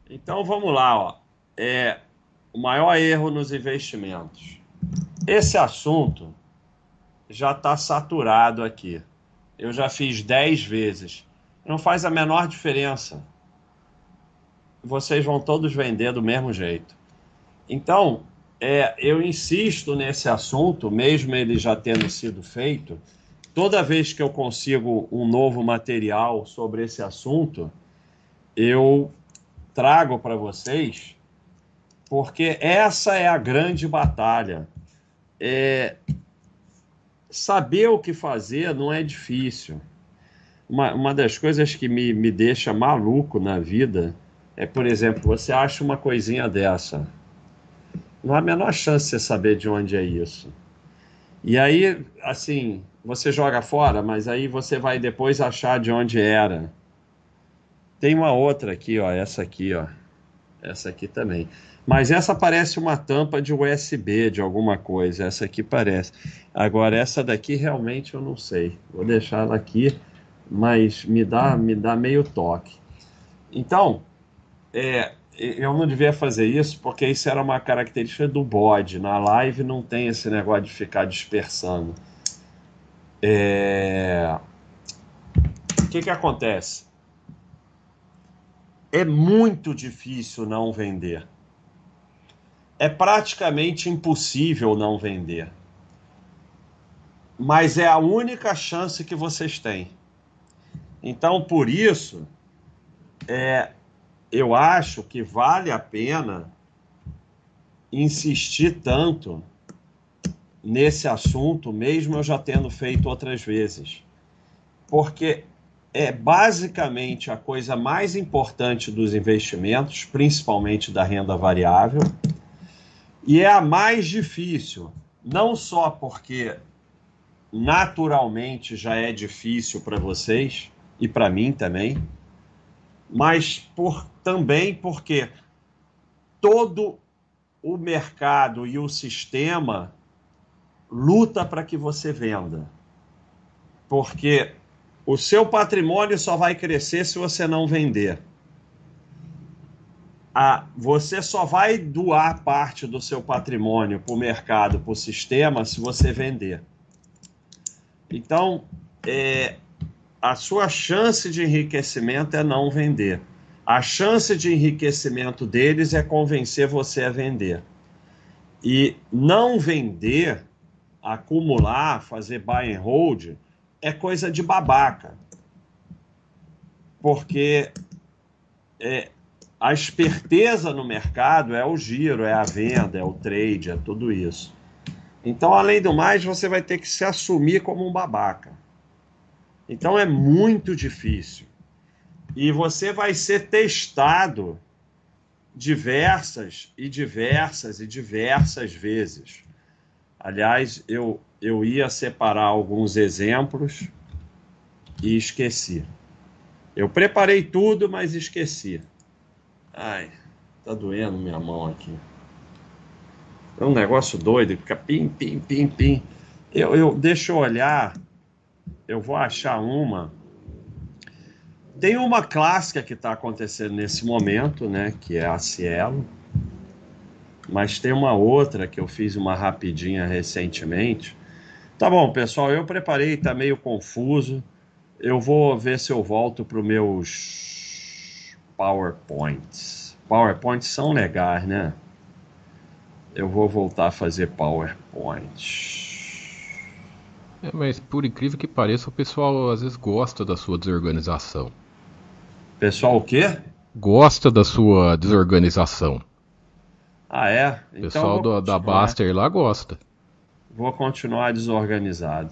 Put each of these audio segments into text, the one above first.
Então vamos lá, ó. O maior erro nos investimentos. Esse assunto já está saturado aqui. Eu já fiz 10 vezes. Não faz a menor diferença. Vocês vão todos vender do mesmo jeito. Então, eu insisto nesse assunto, mesmo ele já tendo sido feito. Toda vez que eu consigo um novo material sobre esse assunto, eu trago para vocês, porque essa é a grande batalha. Saber o que fazer não é difícil. Uma das coisas que me deixa maluco na vida é, por exemplo, você acha uma coisinha dessa. Não há a menor chance de você saber de onde é isso. E aí, assim, você joga fora, mas aí você vai depois achar de onde era. Tem uma outra aqui, ó, essa aqui, ó. Essa aqui também. Mas essa parece uma tampa de USB de alguma coisa. Essa aqui parece. Agora, essa daqui realmente eu não sei. Vou deixar ela aqui, mas me dá meio toque. Então, eu não devia fazer isso porque isso era uma característica do bode. Na live não tem esse negócio de ficar dispersando. O que que acontece? É muito difícil não vender. É praticamente impossível não vender. Mas é a única chance que vocês têm. Então, por isso, eu acho que vale a pena insistir tanto nesse assunto, mesmo eu já tendo feito outras vezes. Porque é basicamente a coisa mais importante dos investimentos, principalmente da renda variável, e é a mais difícil, não só porque naturalmente já é difícil para vocês e para mim também, mas também porque todo o mercado e o sistema luta para que você venda. Porque o seu patrimônio só vai crescer se você não vender. Você só vai doar parte do seu patrimônio para o mercado, para o sistema, se você vender. Então, a sua chance de enriquecimento é não vender. A chance de enriquecimento deles é convencer você a vender. E não vender, acumular, fazer buy and hold, é coisa de babaca. Porque a esperteza no mercado é o giro, é a venda, é o trade, é tudo isso. Então, além do mais, você vai ter que se assumir como um babaca. Então, é muito difícil. E você vai ser testado diversas e diversas e diversas vezes. Aliás, eu ia separar alguns exemplos e esqueci. Eu preparei tudo, mas esqueci. Ai, tá doendo minha mão aqui. É um negócio doido, fica pim, pim, pim, pim. Deixa eu olhar, eu vou achar uma. Tem uma clássica que está acontecendo nesse momento, né? Que é a Cielo. Mas tem uma outra que eu fiz uma rapidinha recentemente. Tá bom, pessoal, eu preparei, tá meio confuso. Eu vou ver se eu volto para os meus PowerPoints. PowerPoints são legais, né? Eu vou voltar a fazer PowerPoint. Mas por incrível que pareça, o pessoal às vezes gosta da sua desorganização. Pessoal, o quê? Gosta da sua desorganização. Ah, é? O Então eu pessoal vou da continuar. Baster lá gosta. Vou continuar desorganizado.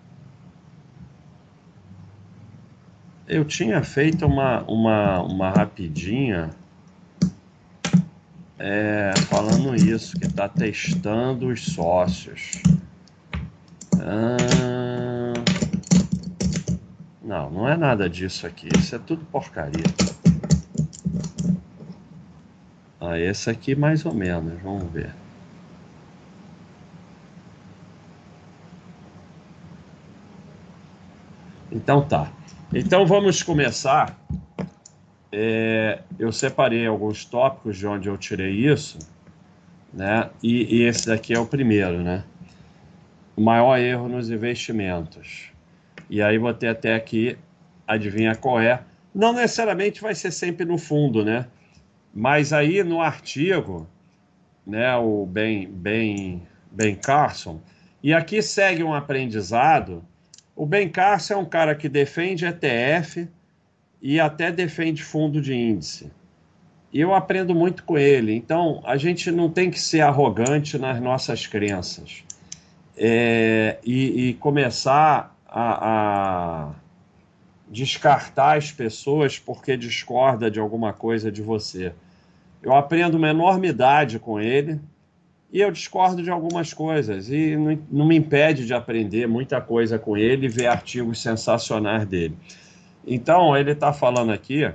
Eu tinha feito uma rapidinha falando isso, que está testando os sócios. Ah, não, não é nada disso aqui. Isso é tudo porcaria. Esse aqui mais ou menos, vamos ver. Então tá. Então vamos começar eu separei alguns tópicos de onde eu tirei isso, né? E esse daqui é o primeiro, né? O maior erro nos investimentos. E aí botei até aqui, adivinha qual é. Não necessariamente vai ser sempre no fundo, né? Mas aí no artigo, né, o Ben Carson, e aqui segue um aprendizado. O Ben Carson é um cara que defende ETF e até defende fundo de índice. E eu aprendo muito com ele. Então, a gente não tem que ser arrogante nas nossas crenças. E começar a descartar as pessoas porque discorda de alguma coisa de você. Eu aprendo uma enormidade com ele e eu discordo de algumas coisas. E não me impede de aprender muita coisa com ele e ver artigos sensacionais dele. Então, ele está falando aqui,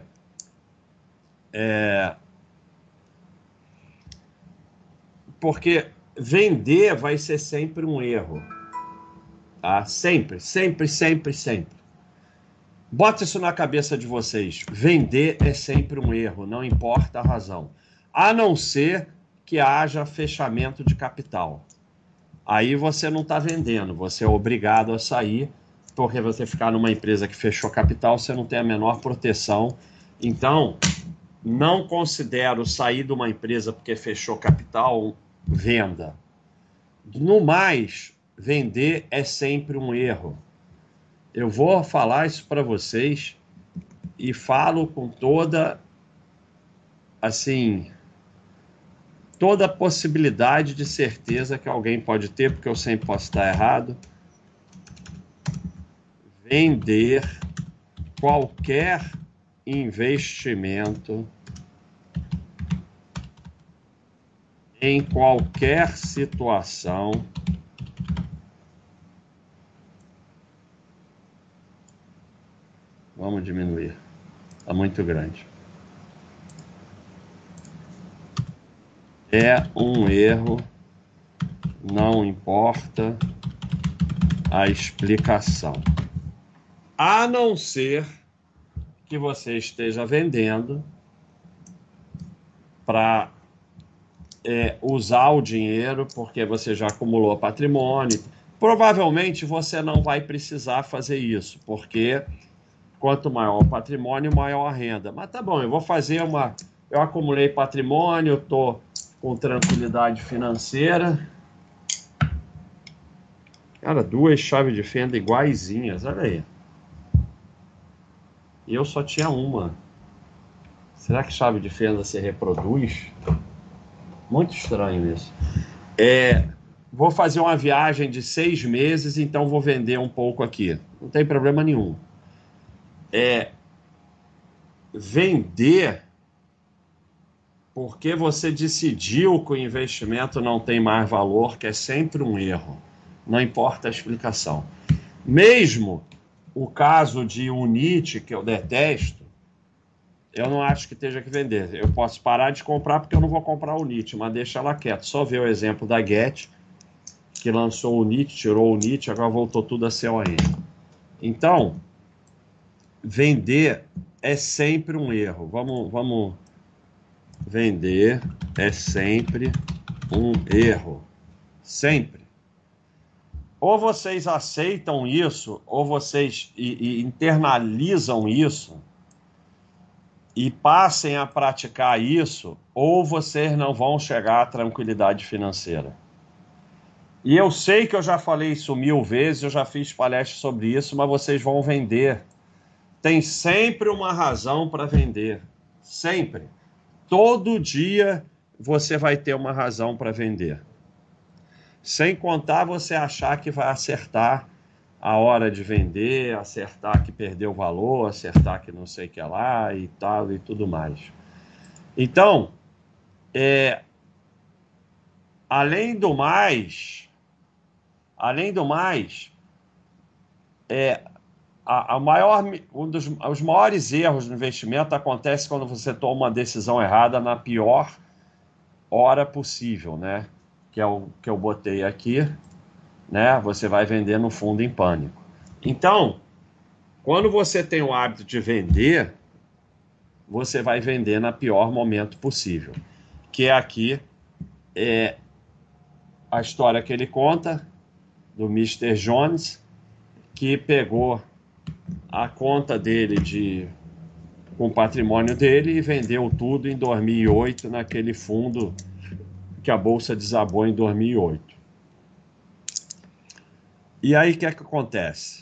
porque vender vai ser sempre um erro. Tá? Sempre, sempre, sempre, sempre. Bota isso na cabeça de vocês. Vender é sempre um erro, não importa a razão. A não ser que haja fechamento de capital. Aí você não está vendendo, você é obrigado a sair, porque você ficar numa empresa que fechou capital, você não tem a menor proteção. Então, não considero sair de uma empresa porque fechou capital venda. No mais, vender é sempre um erro. Eu vou falar isso para vocês e falo com toda, assim, toda a possibilidade de certeza que alguém pode ter, porque eu sempre posso estar errado. Vender qualquer investimento em qualquer situação vamos diminuir, está muito grande. É um erro, não importa a explicação. A não ser que você esteja vendendo para usar o dinheiro porque você já acumulou patrimônio. Provavelmente você não vai precisar fazer isso, porque quanto maior o patrimônio, maior a renda. Mas tá bom, eu vou fazer uma... Eu acumulei patrimônio, estou com tranquilidade financeira. Cara, duas chaves de fenda iguaizinhas, olha aí. E eu só tinha uma. Será que chave de fenda se reproduz? Muito estranho isso. Vou fazer uma viagem de 6 meses, então vou vender um pouco aqui. Não tem problema nenhum. Vender porque você decidiu que o investimento não tem mais valor, que é sempre um erro. Não importa a explicação. Mesmo o caso de Unity, que eu detesto, eu não acho que esteja que vender. Eu posso parar de comprar porque eu não vou comprar o Unity, mas deixa ela quieta. Só ver o exemplo da Get, que lançou o Unity, tirou o Unity, agora voltou tudo a CON. Então, vender é sempre um erro. Vamos vender é sempre um erro. Sempre. Ou vocês aceitam isso, ou vocês internalizam isso e passem a praticar isso, ou vocês não vão chegar à tranquilidade financeira. E eu sei que eu já falei isso 1000 vezes, eu já fiz palestras sobre isso, mas vocês vão vender. Tem sempre uma razão para vender. Sempre. Todo dia você vai ter uma razão para vender. Sem contar você achar que vai acertar a hora de vender, acertar que perdeu valor, acertar que não sei o que lá e tal e tudo mais. Então, além do mais, os maiores erros no investimento acontece quando você toma uma decisão errada na pior hora possível, né? Que é o que eu botei aqui, né? Você vai vender no fundo em pânico. Então, quando você tem o hábito de vender, você vai vender no pior momento possível. Que é aqui a história que ele conta do Mr. Jones, que pegou a conta dele com o patrimônio dele e vendeu tudo em 2008 naquele fundo que a bolsa desabou em 2008. E aí o que é que acontece?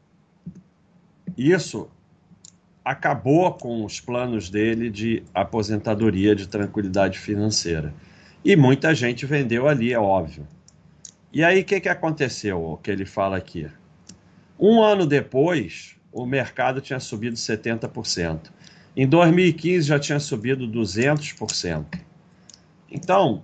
Isso acabou com os planos dele de aposentadoria, de tranquilidade financeira. E muita gente vendeu ali, é óbvio. E aí o que que aconteceu, o que ele fala aqui? Um ano depois, o mercado tinha subido 70%. Em 2015 já tinha subido 200%. Então,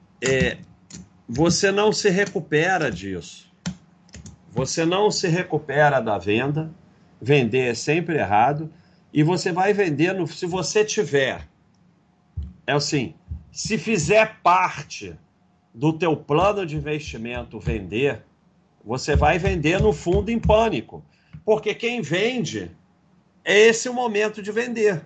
você não se recupera disso. Você não se recupera da venda. Vender é sempre errado. E você vai vender, se você tiver, assim, se fizer parte do teu plano de investimento vender, você vai vender no fundo em pânico. Porque quem vende, é esse o momento de vender.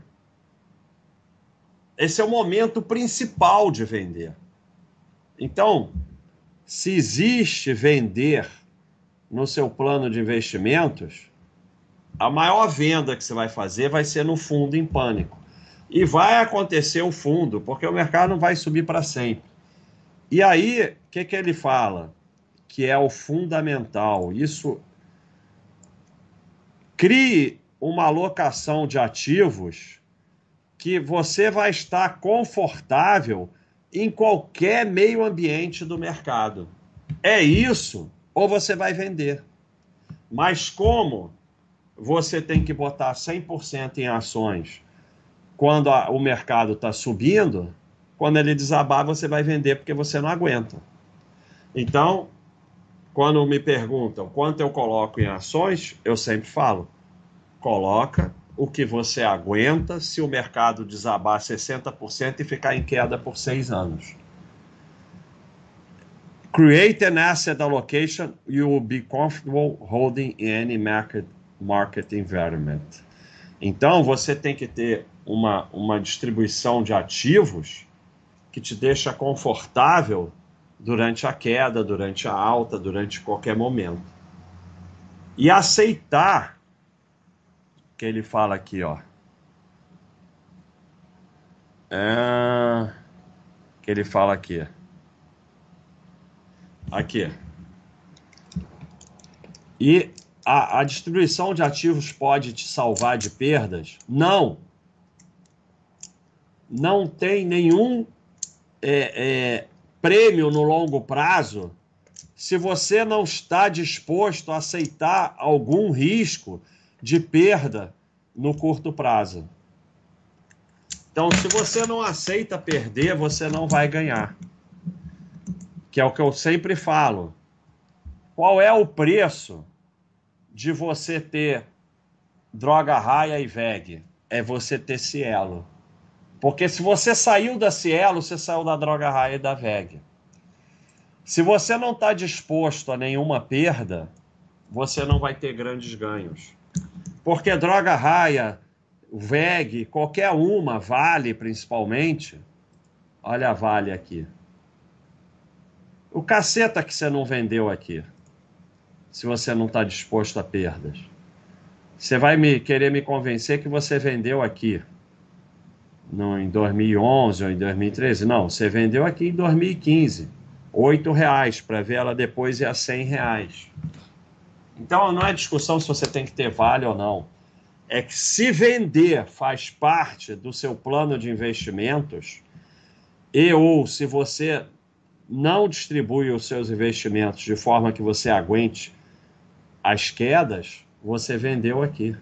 Esse é o momento principal de vender. Então, se existe vender no seu plano de investimentos, a maior venda que você vai fazer vai ser no fundo em pânico. E vai acontecer o fundo, porque o mercado não vai subir para sempre. E aí, o que que ele fala? Que é o fundamental. Isso crie uma alocação de ativos que você vai estar confortável em qualquer meio ambiente do mercado. É isso, ou você vai vender. Mas como você tem que botar 100% em ações quando o mercado está subindo, quando ele desabar, você vai vender porque você não aguenta. Então, quando me perguntam quanto eu coloco em ações, eu sempre falo, coloca o que você aguenta se o mercado desabar 60% e ficar em queda por 6 anos. Create an asset allocation you will be comfortable holding in any market environment. Então, você tem que ter uma distribuição de ativos que te deixa confortável durante a queda, durante a alta, durante qualquer momento. E aceitar, que ele fala aqui, ó. Que ele fala aqui. Aqui. E a distribuição de ativos pode te salvar de perdas? Não. Não tem nenhum prêmio no longo prazo se você não está disposto a aceitar algum risco de perda no curto prazo. Então, se você não aceita perder, você não vai ganhar. Que é o que eu sempre falo. Qual é o preço de você ter Droga Raia e VEG? É você ter Cielo. Porque se você saiu da Cielo, você saiu da Droga Raia e da VEG. Se você não está disposto a nenhuma perda, você não vai ter grandes ganhos. Porque Droga Raia, VEG, qualquer uma, Vale principalmente, olha a Vale aqui. O caceta que você não vendeu aqui, se você não está disposto a perdas. Você vai querer me convencer que você vendeu aqui em 2011 ou em 2013? Não, você vendeu aqui em 2015, R$8, para ver ela depois ir a R$100. Então não é discussão se você tem que ter Vale ou não. É que se vender faz parte do seu plano de investimentos ou se você não distribui os seus investimentos de forma que você aguente as quedas, você vendeu aqui.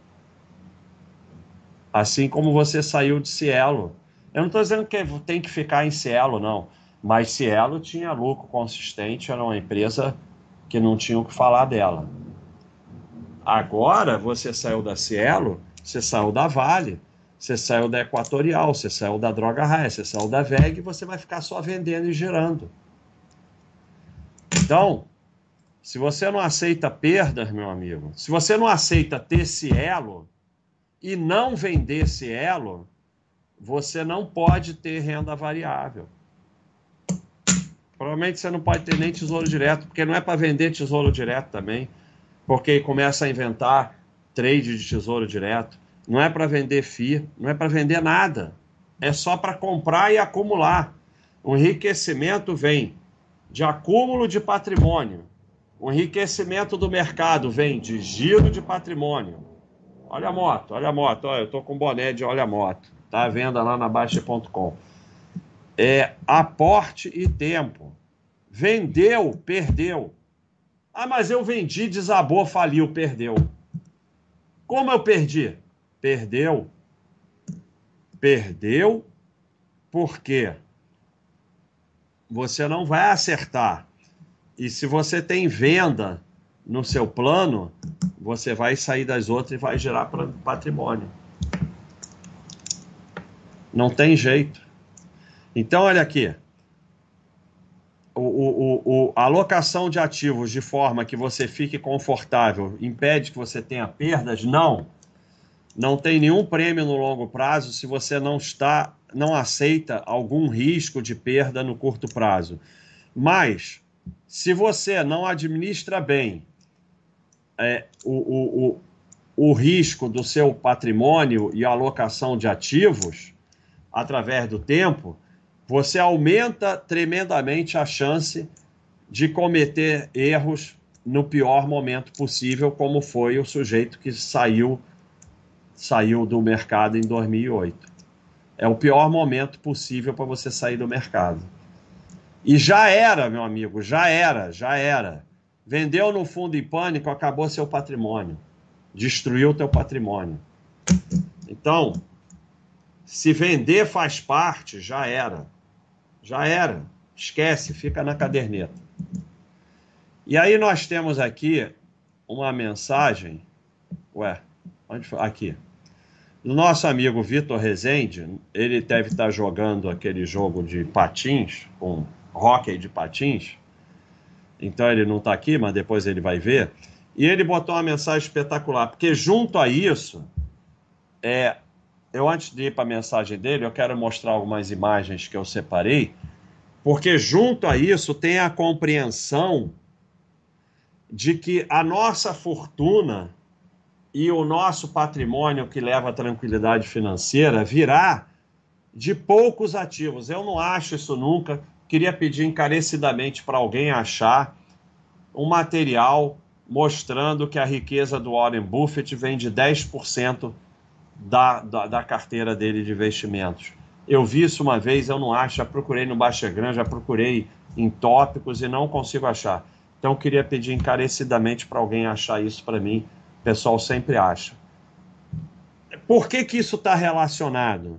Assim como você saiu de Cielo. Eu não estou dizendo que tem que ficar em Cielo, não. Mas Cielo tinha lucro consistente, era uma empresa que não tinha o que falar dela. Agora você saiu da Cielo, você saiu da Vale, você saiu da Equatorial, você saiu da Droga Raia, você saiu da VEG, você vai ficar só vendendo e girando. Então, se você não aceita perdas, meu amigo, se você não aceita ter Cielo e não vender Cielo, você não pode ter renda variável. Provavelmente você não pode ter nem tesouro direto, porque não é para vender tesouro direto também, porque começa a inventar trade de tesouro direto. Não é para vender FII, não é para vender nada. É só para comprar e acumular. O enriquecimento vem de acúmulo de patrimônio. O enriquecimento do mercado vem de giro de patrimônio. Olha a moto, olha a moto. Olha, eu estou com boné de olha a moto. Está à venda lá na Baixa.com. É aporte e tempo. Vendeu, perdeu. Ah, mas eu vendi, desabou, faliu, perdeu. Como eu perdi? Perdeu. Perdeu porque você não vai acertar. E se você tem venda no seu plano, você vai sair das outras e vai gerar patrimônio. Não tem jeito. Então, olha aqui. A alocação de ativos de forma que você fique confortável impede que você tenha perdas? Não. Não tem nenhum prêmio no longo prazo se você não aceita algum risco de perda no curto prazo. Mas, se você não administra bem o risco do seu patrimônio e a alocação de ativos através do tempo, você aumenta tremendamente a chance de cometer erros no pior momento possível, como foi o sujeito que saiu do mercado em 2008. É o pior momento possível para você sair do mercado. E já era, meu amigo, já era. Vendeu no fundo em pânico, acabou seu patrimônio. Destruiu teu patrimônio. Então, se vender faz parte, já era. Já era. Esquece, fica na caderneta. E aí nós temos aqui uma mensagem. Ué, onde foi? Aqui. Do nosso amigo Vitor Rezende. Ele deve estar jogando aquele jogo de patins, com hóquei de patins. Então ele não está aqui, mas depois ele vai ver. E ele botou uma mensagem espetacular, porque junto a isso, eu antes de ir para a mensagem dele, eu quero mostrar algumas imagens que eu separei, porque junto a isso tem a compreensão de que a nossa fortuna e o nosso patrimônio que leva a tranquilidade financeira virá de poucos ativos. Eu não acho isso nunca. Queria pedir encarecidamente para alguém achar um material mostrando que a riqueza do Warren Buffett vem de 10% da carteira dele de investimentos. Eu vi isso uma vez, eu não acho, já procurei no Baixagram, já procurei em tópicos e não consigo achar. Então eu queria pedir encarecidamente para alguém achar isso para mim. O pessoal sempre acha. Por que isso está relacionado?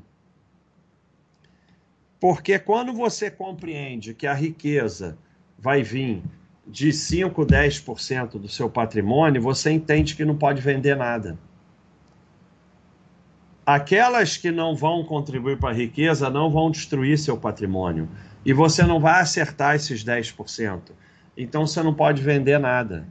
Porque quando você compreende que a riqueza vai vir de 5, 10% do seu patrimônio, você entende que não pode vender nada. Aquelas que não vão contribuir para a riqueza não vão destruir seu patrimônio. E você não vai acertar esses 10%. Então você não pode vender nada.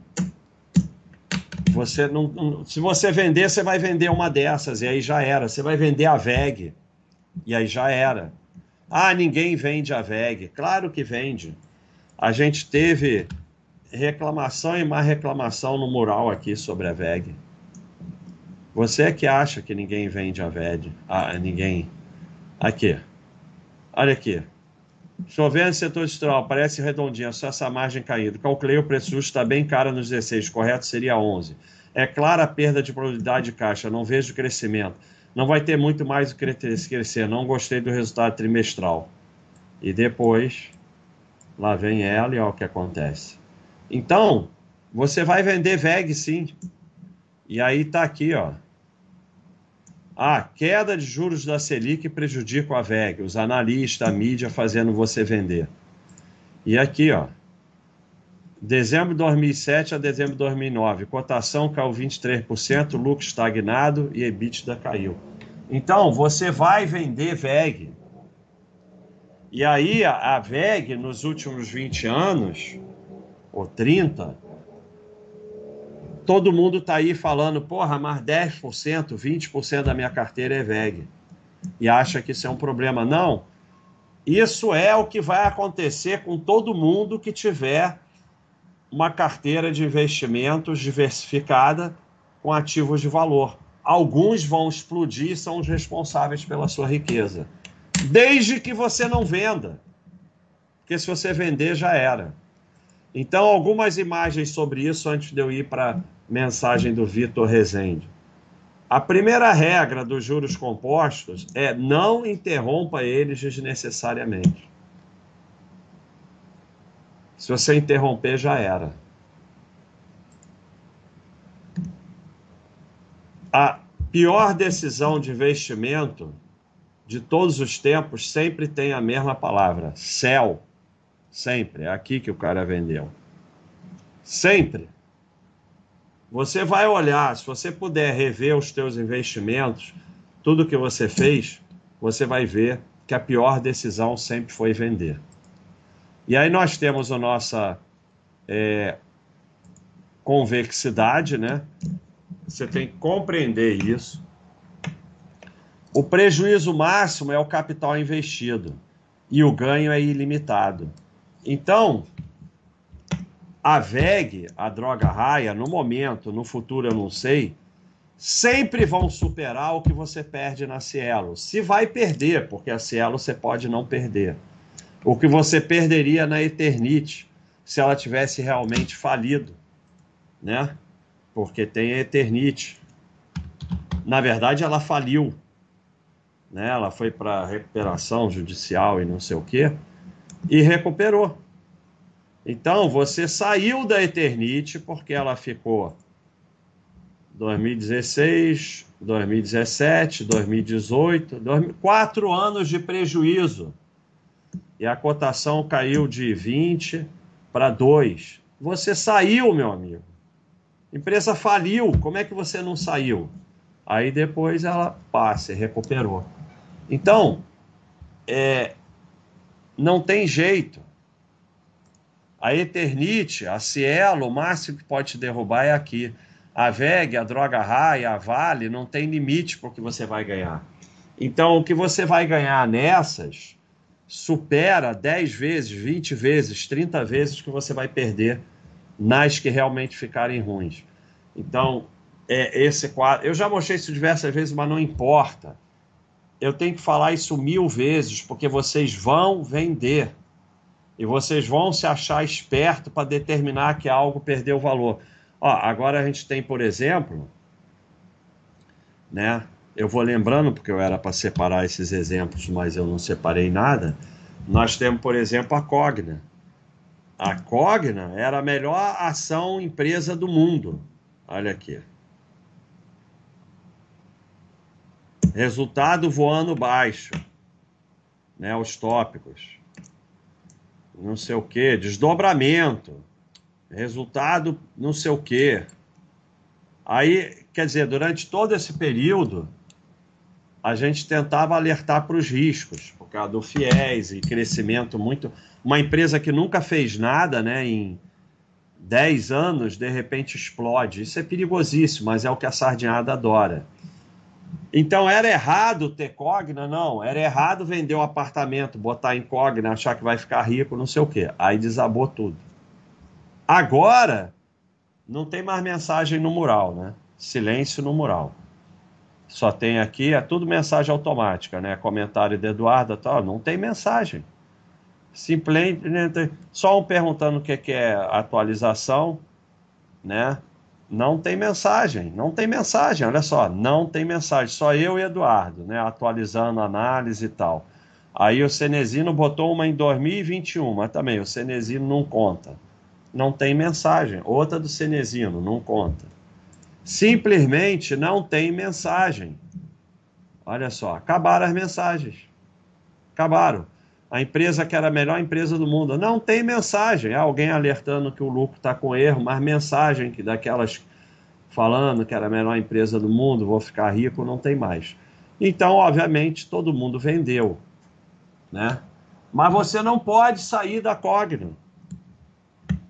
Se você vender, você vai vender uma dessas, e aí já era. Você vai vender a VEG, e aí já era. Ah, ninguém vende a VEG. Claro que vende. A gente teve reclamação e mais reclamação no mural aqui sobre a VEG. Você é que acha que ninguém vende a VEG. Ah, ninguém. Aqui. Olha aqui. Chovendo setor industrial, parece redondinha, só essa margem caindo. Calculei o preço justo, está bem cara nos 16, correto seria 11. É clara a perda de produtividade de caixa, não vejo crescimento. Não vai ter muito mais o que crescer, não gostei do resultado trimestral. E depois, lá vem ela e olha o que acontece. Então, você vai vender VEG sim. E aí tá aqui, ó. A queda de juros da Selic prejudica a VEG, os analistas, a mídia fazendo você vender. E aqui, ó, dezembro de 2007 a dezembro de 2009, cotação caiu 23%, lucro estagnado e EBITDA caiu. Então, você vai vender VEG. E aí, a VEG, nos últimos 20 anos, ou 30, todo mundo está aí falando, porra, mas 10%, 20% da minha carteira é VEG. E acha que isso é um problema. Não. Isso é o que vai acontecer com todo mundo que tiver uma carteira de investimentos diversificada com ativos de valor. Alguns vão explodir e são os responsáveis pela sua riqueza. Desde que você não venda. Porque se você vender, já era. Então, algumas imagens sobre isso antes de eu ir para a mensagem do Vitor Rezende. A primeira regra dos juros compostos é não interrompa eles desnecessariamente. Se você interromper, já era. A pior decisão de investimento de todos os tempos sempre tem a mesma palavra, sell. Sempre. É aqui que o cara vendeu. Sempre. Você vai olhar, se você puder rever os teus investimentos, tudo que você fez, você vai ver que a pior decisão sempre foi vender. E aí nós temos a nossa convexidade, né? Você tem que compreender isso. O prejuízo máximo é o capital investido e o ganho é ilimitado. Então, a VEG, a droga raia, no momento, no futuro eu não sei, sempre vão superar o que você perde na Cielo. Se vai perder, porque a Cielo você pode não perder. O que você perderia na Eternit, se ela tivesse realmente falido, né? Porque tem a Eternit. Na verdade, ela faliu, né? Ela foi para recuperação judicial e não sei o quê, e recuperou. Então, você saiu da Eternit porque ela ficou 2016, 2017, 2018, 4 anos de prejuízo. E a cotação caiu de 20 para 2. Você saiu, meu amigo. A empresa faliu. Como é que você não saiu? Aí depois ela se recuperou. Então, não tem jeito. A Eternit, a Cielo, o máximo que pode te derrubar é aqui. A VEG, a droga raia, a Vale, não tem limite para o que você vai ganhar. Então, o que você vai ganhar nessas supera 10 vezes, 20 vezes, 30 vezes que você vai perder nas que realmente ficarem ruins. Então, esse quadro... Eu já mostrei isso diversas vezes, mas não importa. Eu tenho que falar isso 1000 vezes, porque vocês vão vender. E vocês vão se achar esperto para determinar que algo perdeu valor. Ó, agora a gente tem, por exemplo, né? Eu vou lembrando, porque eu era para separar esses exemplos, mas eu não separei nada. Nós temos, por exemplo, a Cogna. A Cogna era a melhor ação empresa do mundo. Olha aqui. Resultado voando baixo, né? Os tópicos. Não sei o que, desdobramento, resultado não sei o que. Aí, quer dizer, durante todo esse período, a gente tentava alertar para os riscos, por causa do FIES e crescimento muito... Uma empresa que nunca fez nada, né, em 10 anos, de repente explode. Isso é perigosíssimo, mas é o que a sardinhada adora. Então, era errado ter Cogna? Não. Era errado vender um apartamento, botar em Cogna, achar que vai ficar rico, não sei o quê. Aí desabou tudo. Agora, não tem mais mensagem no mural, né? Silêncio no mural. Só tem aqui, é tudo mensagem automática, né? Comentário de Eduardo, tal. Não tem mensagem. Simplesmente, só um perguntando o que é atualização, né? Não tem mensagem, não tem mensagem, olha só, não tem mensagem, só eu e Eduardo, né, atualizando a análise e tal. Aí o Cenezino botou uma em 2021, mas também o Cenezino não conta. Não tem mensagem, outra do Cenezino, não conta. Simplesmente não tem mensagem. Olha só, acabaram as mensagens. Acabaram. A empresa que era a melhor empresa do mundo, não tem mensagem. Alguém alertando que o lucro está com erro, mas mensagem que daquelas falando que era a melhor empresa do mundo, vou ficar rico, não tem mais. Então, obviamente, todo mundo vendeu, né? Mas você não pode sair da Cogna.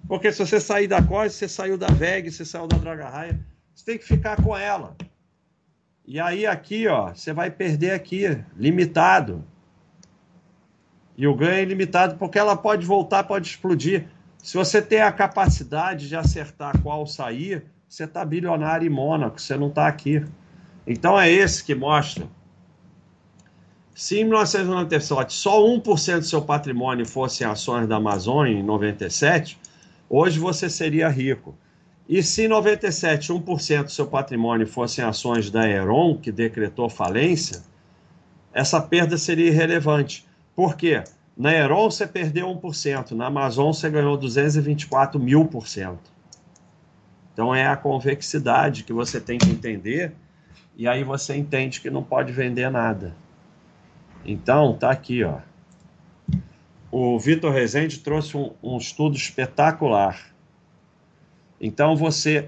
Porque se você sair da COSE, você saiu da VEG, você saiu da Draga Raia, você tem que ficar com ela. E aí aqui, ó, você vai perder aqui, limitado. E o ganho é ilimitado porque ela pode voltar, pode explodir. Se você tem a capacidade de acertar qual sair, você está bilionário em Mônaco, você não está aqui. Então é esse que mostra. Se em 1997 só 1% do seu patrimônio fosse em ações da Amazon em 97, hoje você seria rico. E se em 97 1% do seu patrimônio fosse em ações da Aeron, que decretou falência, essa perda seria irrelevante. Por quê? Na Aeron você perdeu 1%, na Amazon você ganhou 224.000%. Então é a convexidade que você tem que entender, e aí você entende que não pode vender nada. Então, tá aqui, ó. O Vitor Rezende trouxe um estudo espetacular. Então você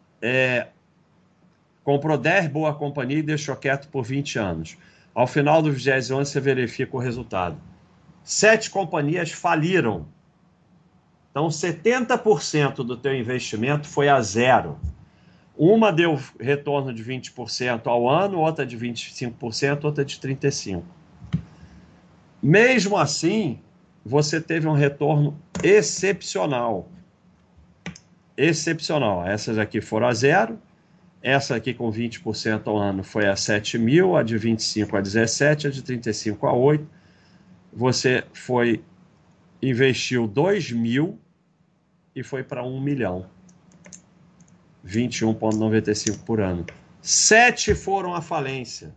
comprou 10 boa companhia e deixou quieto por 20 anos. Ao final do 20º ano você verifica o resultado. 7 companhias faliram. Então 70% do teu investimento foi a zero. Uma deu retorno de 20% ao ano, outra de 25%, outra de 35%. Mesmo assim, você teve um retorno excepcional. Excepcional. Essas aqui foram a zero. Essa aqui com 20% ao ano foi a 7.000, a de 25 a 17, a de 35 a 8. Você investiu 2.000 e foi para 1 milhão. 21,95 por ano. 7 foram à falência.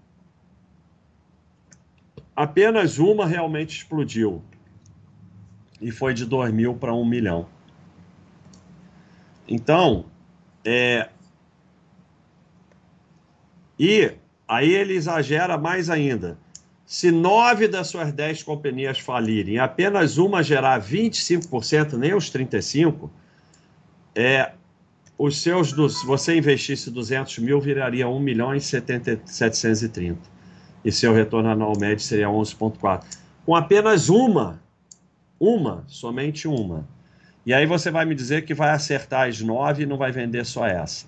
Apenas uma realmente explodiu. E foi de 2.000 para 1 milhão. Então, e aí ele exagera mais ainda. Se 9 das suas 10 companhias falirem e apenas uma gerar 25%, nem os 35%, você investisse 200 mil, viraria 1 milhão e 730. E seu retorno anual médio seria 11,4. Com apenas somente uma. E aí você vai me dizer que vai acertar as 9 e não vai vender só essa.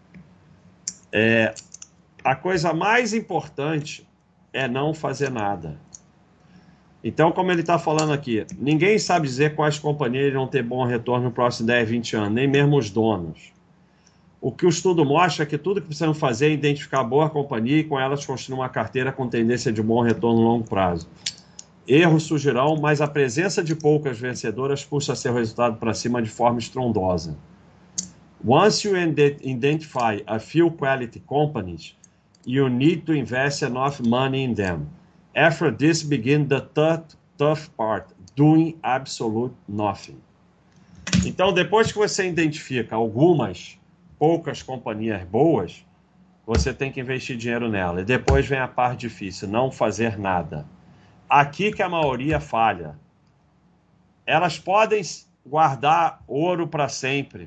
A coisa mais importante é não fazer nada. Então, como ele está falando aqui, ninguém sabe dizer quais companhias irão ter bom retorno no próximo 10, 20 anos, nem mesmo os donos. O que o estudo mostra é que tudo que precisam fazer é identificar boa companhia e com elas construir uma carteira com tendência de bom retorno no longo prazo. Erros surgirão, mas a presença de poucas vencedoras puxa seu resultado para cima de forma estrondosa. Once you identify a few quality companies, you need to invest enough money in them. After this begins the tough part, doing absolute nothing. Então, depois que você identifica poucas companhias boas, você tem que investir dinheiro nela. E depois vem a parte difícil, não fazer nada. Aqui que a maioria falha. Elas podem guardar ouro para sempre,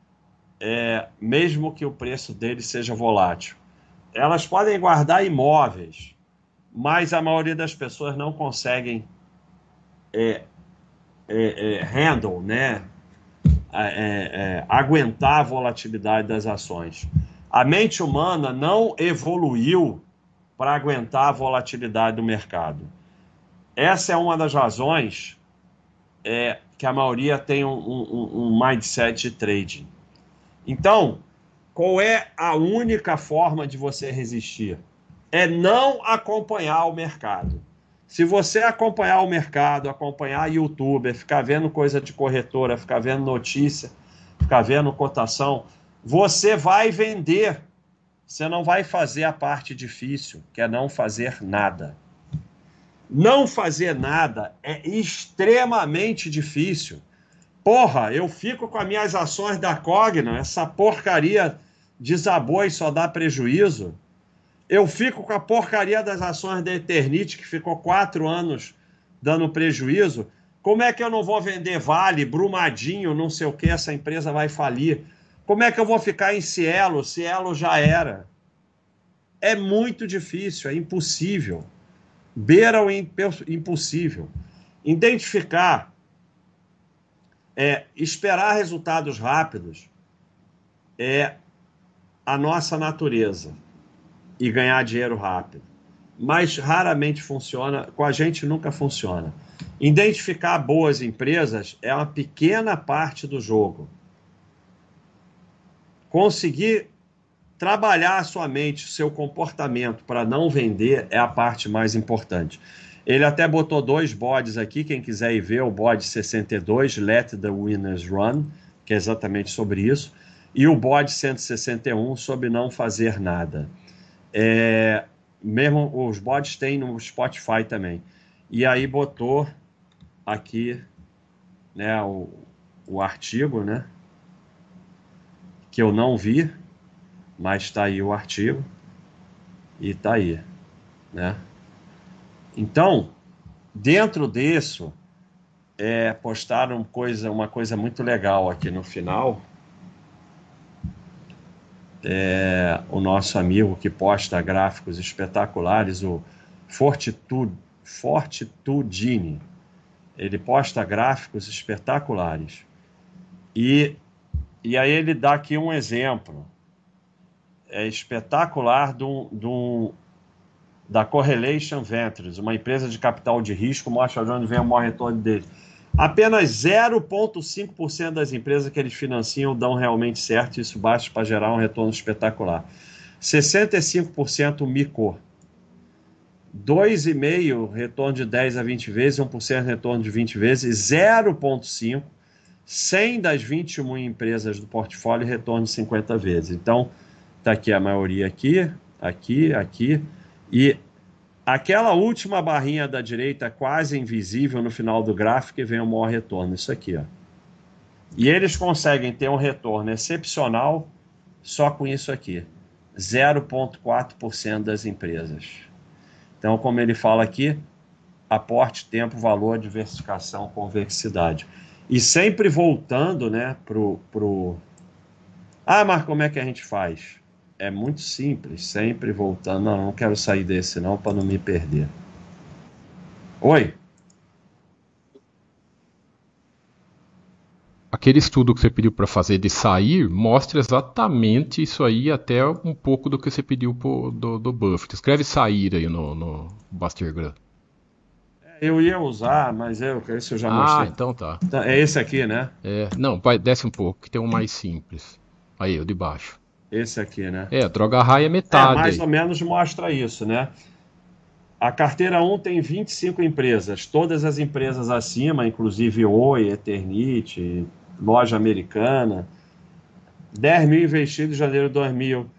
mesmo que o preço deles seja volátil. Elas podem guardar imóveis, mas a maioria das pessoas não conseguem handle, né? Aguentar a volatilidade das ações. A mente humana não evoluiu para aguentar a volatilidade do mercado. Essa é uma das razões que a maioria tem um mindset de trading. Então, qual é a única forma de você resistir? É não acompanhar o mercado. Se você acompanhar o mercado, acompanhar youtuber, ficar vendo coisa de corretora, ficar vendo notícia, ficar vendo cotação, você vai vender. Você não vai fazer a parte difícil, que é não fazer nada. Não fazer nada é extremamente difícil. Porra, eu fico com as minhas ações da Cogna, essa porcaria desabou e só dá prejuízo. Eu fico com a porcaria das ações da Eternit, que ficou 4 anos dando prejuízo. Como é que eu não vou vender Vale, Brumadinho, não sei o que, essa empresa vai falir? Como é que eu vou ficar em Cielo? Cielo já era. É muito difícil, é impossível. Beira o impossível. Identificar Esperar resultados rápidos é a nossa natureza e ganhar dinheiro rápido. Mas raramente funciona, com a gente nunca funciona. Identificar boas empresas é uma pequena parte do jogo. Conseguir trabalhar a sua mente, o seu comportamento para não vender é a parte mais importante. Ele até botou 2 bodes aqui, quem quiser ir ver, o bode 62, Let the Winners Run, que é exatamente sobre isso, e o bode 161, sobre não fazer nada. Mesmo os bodes tem no Spotify também. E aí botou aqui, né, o artigo, né, que eu não vi, mas está aí o artigo e está aí, né? Então, dentro disso, postaram uma coisa muito legal aqui no final. O nosso amigo que posta gráficos espetaculares, o Fortitudini, ele posta gráficos espetaculares. E aí ele dá aqui um exemplo espetacular da Correlation Ventures, uma empresa de capital de risco, mostra de onde vem o maior retorno dele. Apenas 0,5% das empresas que eles financiam dão realmente certo, isso basta para gerar um retorno espetacular. 65% micro, 2,5% retorno de 10 a 20 vezes, 1% retorno de 20 vezes, 0,5%, 100 das 21 empresas do portfólio, retorno de 50 vezes. Então, está aqui a maioria aqui, e aquela última barrinha da direita, quase invisível no final do gráfico, que vem o maior retorno, isso aqui, ó. E eles conseguem ter um retorno excepcional só com isso aqui, 0,4% das empresas. Então, como ele fala aqui, aporte, tempo, valor, diversificação, convexidade. E sempre voltando, né, mas como é que a gente faz? É muito simples, sempre voltando. Não quero sair desse não, para não me perder. Oi? Aquele estudo que você pediu para fazer de sair mostra exatamente isso aí, até um pouco do que você pediu do Buffett. Escreve sair aí no Bastergram. Eu ia usar, mas esse eu já Ah, mostrei. então tá. É esse aqui, né? Não, desce um pouco, que tem um mais simples. Aí, o de baixo. Esse aqui, né? Droga raia é metade Mais aí. ou menos mostra isso, né? A carteira 1 tem 25 empresas. Todas as empresas acima, inclusive Oi, Eternit, Loja Americana. 10 mil investidos em janeiro de 2000.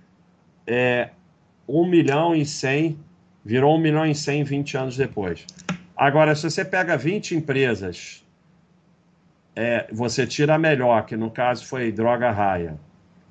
1 milhão e 100, virou 1 milhão e 100 20 anos depois. Agora, se você pega 20 empresas, você tira a melhor, que no caso foi Droga Raia,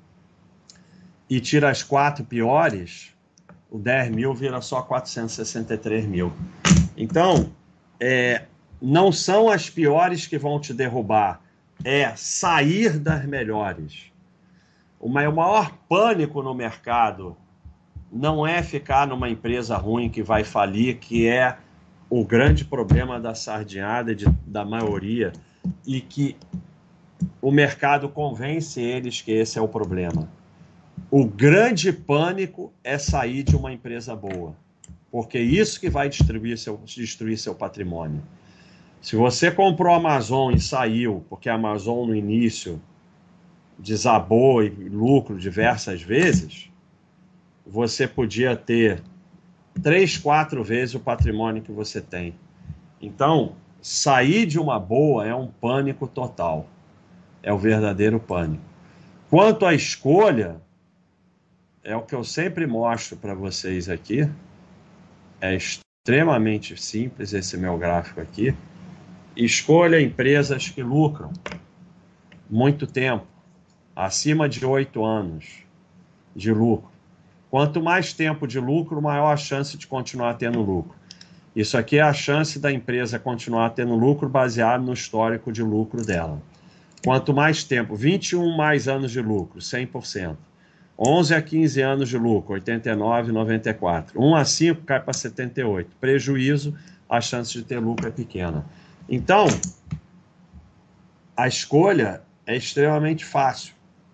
e tira as 4 piores, o 10 mil vira só 463 mil. Então, não são as piores que vão te derrubar, é sair das melhores. O maior pânico no mercado não é ficar numa empresa ruim que vai falir, que é o grande problema da sardinhada da maioria, e que o mercado convence eles que esse é o problema. O grande pânico é sair de uma empresa boa, porque é isso que vai destruir seu patrimônio. Se você comprou a Amazon e saiu, porque a Amazon no início desabou e lucro diversas vezes, você podia ter 3, 4 vezes o patrimônio que você tem. Então, sair de uma boa é um pânico total. É o verdadeiro pânico. Quanto à escolha, é o que eu sempre mostro para vocês aqui. É extremamente simples esse meu gráfico aqui. Escolha empresas que lucram muito tempo, acima de 8 anos de lucro. Quanto mais tempo de lucro, maior a chance de continuar tendo lucro. Isso aqui é a chance da empresa continuar tendo lucro baseado no histórico de lucro dela. Quanto mais tempo, 21 mais anos de lucro, 100%. 11 a 15 anos de lucro, 89, 94. 1 a 5 cai para 78. Prejuízo, a chance de ter lucro é pequena. Então, a escolha é extremamente fácil.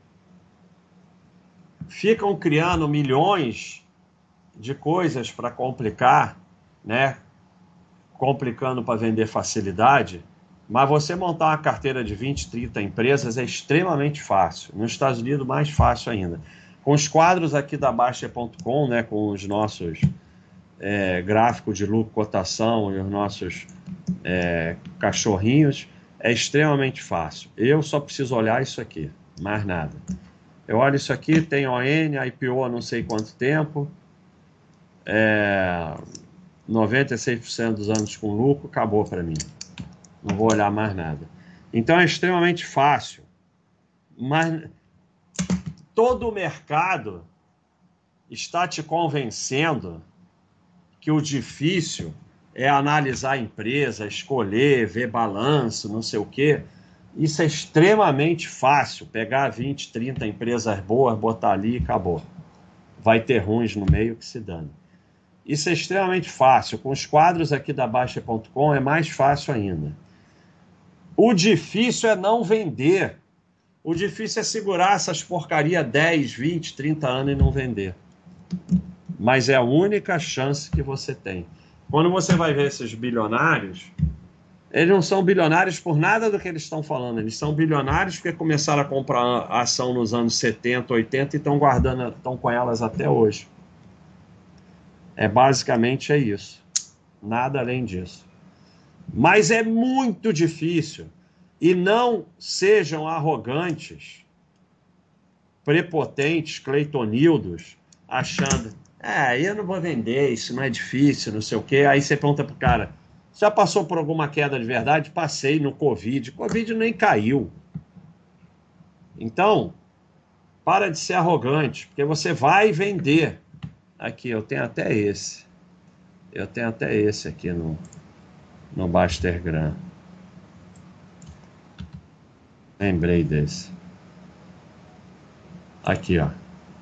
Ficam criando milhões de coisas para complicar, né? Complicando para vender facilidade, mas você montar uma carteira de 20, 30 empresas é extremamente fácil. Nos Estados Unidos, mais fácil ainda. Com os quadros aqui da Baixa.com, né, com os nossos gráficos de lucro, cotação e os nossos cachorrinhos, é extremamente fácil. Eu só preciso olhar isso aqui, mais nada. Eu olho isso aqui, tem ON, IPO há não sei quanto tempo, 96% dos anos com lucro, acabou para mim. Não vou olhar mais nada. Então é extremamente fácil. Mas todo o mercado está te convencendo que o difícil é analisar a empresa, escolher, ver balanço, não sei o quê. Isso é extremamente fácil. Pegar 20, 30 empresas boas, botar ali e acabou. Vai ter ruins no meio que se dane. Isso é extremamente fácil. Com os quadros aqui da Baixa.com é mais fácil ainda. O difícil é não vender. O difícil é segurar essas porcaria 10, 20, 30 anos e não vender. Mas é a única chance que você tem. Quando você vai ver esses bilionários, eles não são bilionários por nada do que eles estão falando. Eles são bilionários porque começaram a comprar ação nos anos 70, 80 e estão guardando, estão com elas até hoje. Basicamente é isso. Nada além disso. Mas é muito difícil. E não sejam arrogantes, prepotentes, cleitonildos, achando, eu não vou vender, isso não é difícil, não sei o quê. Aí você pergunta pro cara, já passou por alguma queda de verdade? Passei no Covid. Covid nem caiu. Então, para de ser arrogante, porque você vai vender. Aqui, eu tenho até esse. Eu tenho até esse aqui no Bastergram. Lembrei desse. Aqui, ó.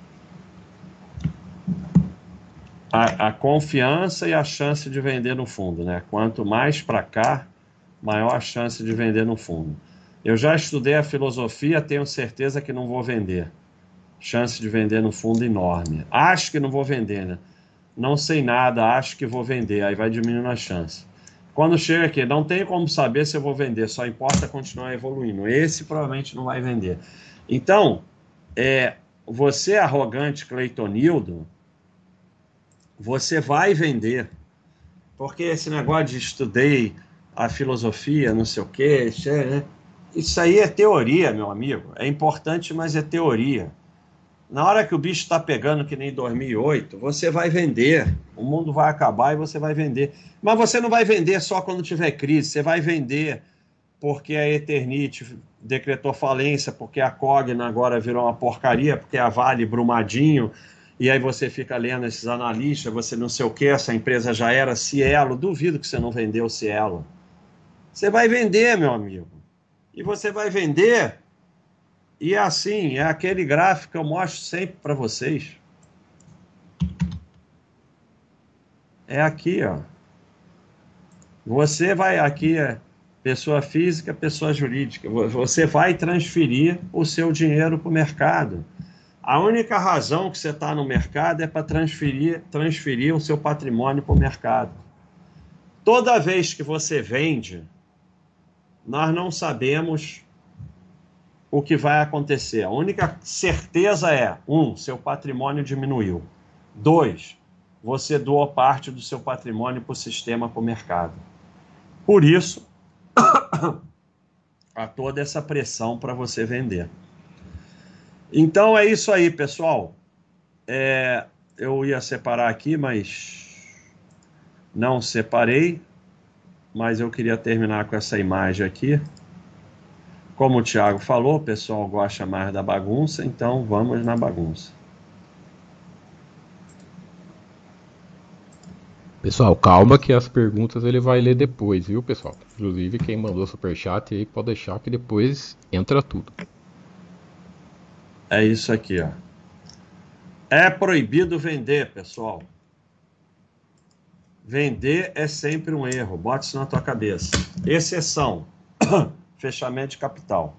A confiança e a chance de vender no fundo, né? Quanto mais para cá, maior a chance de vender no fundo. Eu já estudei a filosofia, tenho certeza que não vou vender. Chance de vender no fundo enorme. Acho que não vou vender, né? Não sei nada, acho que vou vender. Aí vai diminuindo a chance. Quando chega aqui, não tem como saber se eu vou vender, só importa continuar evoluindo. Esse provavelmente não vai vender. Então, você arrogante, Cleitonildo, você vai vender. Porque esse negócio de estudei a filosofia, não sei o quê, isso aí é teoria, meu amigo. É importante, mas é teoria. Na hora que o bicho está pegando, que nem 2008, você vai vender. O mundo vai acabar e você vai vender. Mas você não vai vender só quando tiver crise. Você vai vender porque a Eternit decretou falência, porque a Cogna agora virou uma porcaria, porque a Vale Brumadinho, e aí você fica lendo esses analistas, você não sei o que, essa empresa já era Cielo. Duvido que você não vendeu Cielo. Você vai vender, meu amigo. E você vai vender... E assim, é aquele gráfico que eu mostro sempre para vocês. É aqui, ó. Você vai aqui, pessoa física, pessoa jurídica. Você vai transferir o seu dinheiro para o mercado. A única razão que você está no mercado é para transferir o seu patrimônio para o mercado. Toda vez que você vende, nós não sabemos o que vai acontecer. A única certeza é, 1, seu patrimônio diminuiu. 2, você doou parte do seu patrimônio para o sistema, para o mercado. Por isso, há toda essa pressão para você vender. Então é isso aí, pessoal. Eu ia separar aqui, mas não separei. Mas eu queria terminar com essa imagem aqui. Como o Thiago falou, o pessoal gosta mais da bagunça, então vamos na bagunça. Pessoal, calma que as perguntas ele vai ler depois, viu, pessoal? Inclusive, quem mandou superchat aí pode deixar que depois entra tudo. É isso aqui, ó. É proibido vender, pessoal. Vender é sempre um erro. Bote isso na tua cabeça. Exceção. fechamento de capital.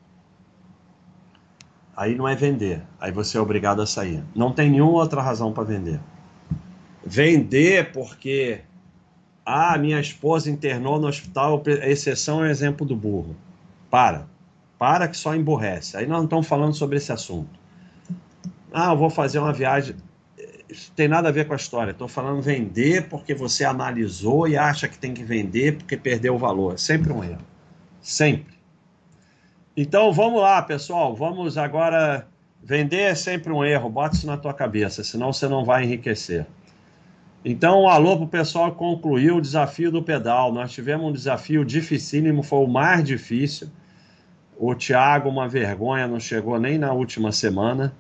Aí não é vender, aí você é obrigado a sair. Não tem nenhuma outra razão para vender. Vender porque minha esposa internou no hospital, a exceção é o exemplo do burro. Para que só emburrece. Aí nós não estamos falando sobre esse assunto. Eu vou fazer uma viagem. Isso tem nada a ver com a história. Estou falando vender porque você analisou e acha que tem que vender porque perdeu o valor. Sempre um erro. Sempre. Então vamos lá, pessoal. Vamos agora. Vender é sempre um erro. Bota isso na tua cabeça, senão você não vai enriquecer. Então, um alô para o pessoal que concluiu o desafio do pedal. Nós tivemos um desafio dificílimo, foi o mais difícil. O Thiago, uma vergonha, não chegou nem na última semana.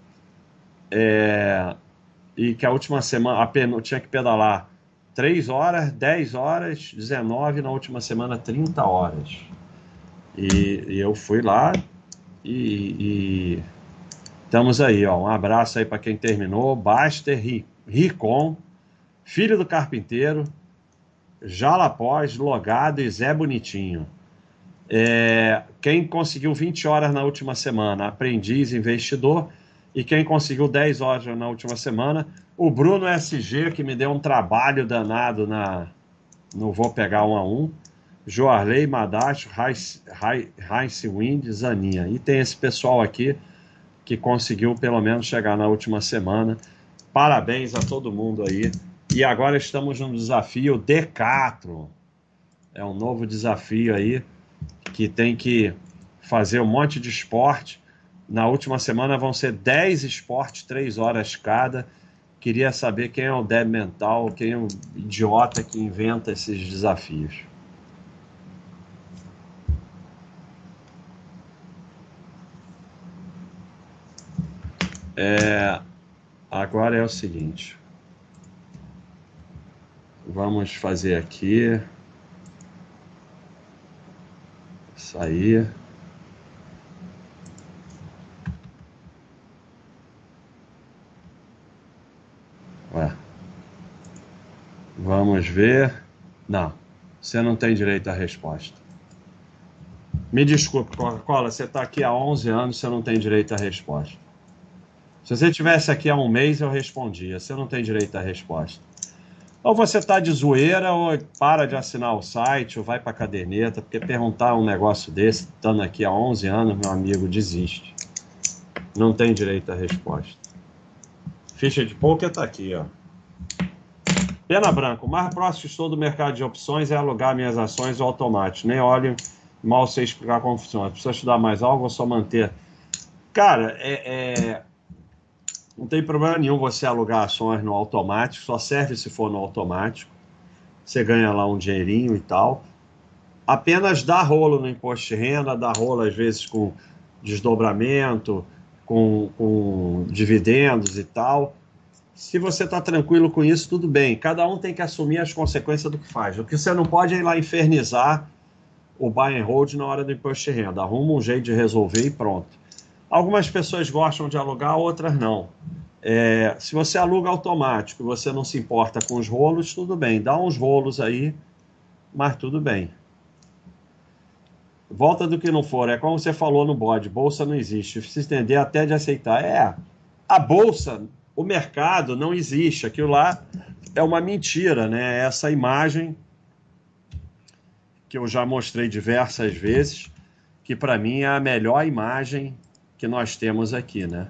E que a última semana apenas tinha que pedalar 3 horas, 10 horas, 19, na última semana 30 horas. E eu fui lá e estamos aí, ó. Um abraço aí para quem terminou. Baster Ricom, filho do carpinteiro, Jalapós, Logado e Zé Bonitinho. Quem conseguiu 20 horas na última semana, aprendiz investidor. E quem conseguiu 10 horas na última semana, o Bruno SG, que me deu um trabalho danado no Vou Pegar 1 a 1, Joarley, Madacho, Heinz Wind, Zaninha. E tem esse pessoal aqui que conseguiu pelo menos chegar na última semana. Parabéns a todo mundo aí. E agora estamos no desafio Decathlon. É um novo desafio aí que tem que fazer um monte de esporte. Na última semana vão ser 10 esportes, 3 horas cada. Queria saber quem é o débil mental, quem é o idiota que inventa esses desafios. Agora é o seguinte. Vamos fazer aqui. Sair. Vamos ver. Não, você não tem direito à resposta. Me desculpe, Coca-Cola, você está aqui há 11 anos, você não tem direito à resposta. Se você estivesse aqui há um mês, eu respondia. Você não tem direito à resposta. Ou você está de zoeira, ou para de assinar o site, ou vai para a caderneta, porque perguntar um negócio desse, estando aqui há 11 anos, meu amigo, desiste. Não tem direito à resposta. Ficha de poker está aqui, ó. Pena branca, o mais próximo que estou do mercado de opções é alugar minhas ações automático. Nem olho, mal sei explicar como funciona. Precisa estudar mais algo ou só manter? Cara, não tem problema nenhum você alugar ações no automático, só serve se for no automático. Você ganha lá um dinheirinho e tal. Apenas dá rolo no imposto de renda, dá rolo às vezes com desdobramento, com dividendos e tal. Se você está tranquilo com isso, tudo bem. Cada um tem que assumir as consequências do que faz. O que você não pode é ir lá infernizar o buy and hold na hora do imposto de renda. Arruma um jeito de resolver e pronto. Algumas pessoas gostam de alugar, outras não. Se você aluga automático e você não se importa com os rolos, tudo bem. Dá uns rolos aí, mas tudo bem. Volta do que não for. É como você falou no bode, bolsa não existe. Se estender até de aceitar. A bolsa... O mercado não existe, aquilo lá é uma mentira, né? Essa imagem que eu já mostrei diversas vezes, que para mim é a melhor imagem que nós temos aqui, né?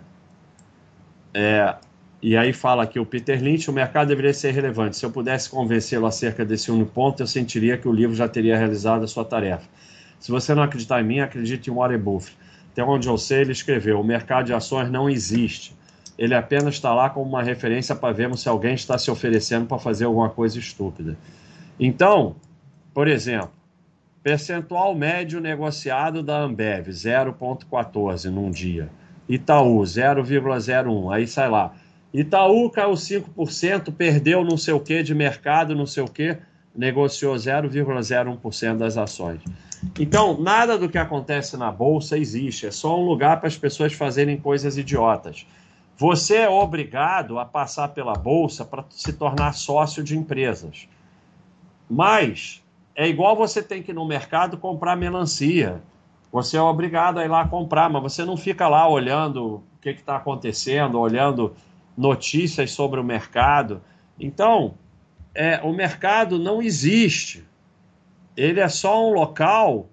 E aí fala aqui o Peter Lynch, o mercado deveria ser relevante. Se eu pudesse convencê-lo acerca desse único ponto, eu sentiria que o livro já teria realizado a sua tarefa. Se você não acreditar em mim, acredite em Warren Buffett. Até onde eu sei, ele escreveu, o mercado de ações não existe. Ele apenas está lá como uma referência para vermos se alguém está se oferecendo para fazer alguma coisa estúpida. Então, por exemplo, percentual médio negociado da Ambev, 0,14 num dia. Itaú, 0,01. Aí sai lá. Itaú caiu 5%, perdeu não sei o que de mercado, não sei o que, negociou 0,01% das ações. Então, nada do que acontece na Bolsa existe. É só um lugar para as pessoas fazerem coisas idiotas. Você é obrigado a passar pela Bolsa para se tornar sócio de empresas. Mas é igual você tem que ir no mercado comprar melancia. Você é obrigado a ir lá comprar, mas você não fica lá olhando o que está acontecendo, olhando notícias sobre o mercado. Então, o mercado não existe. Ele é só um local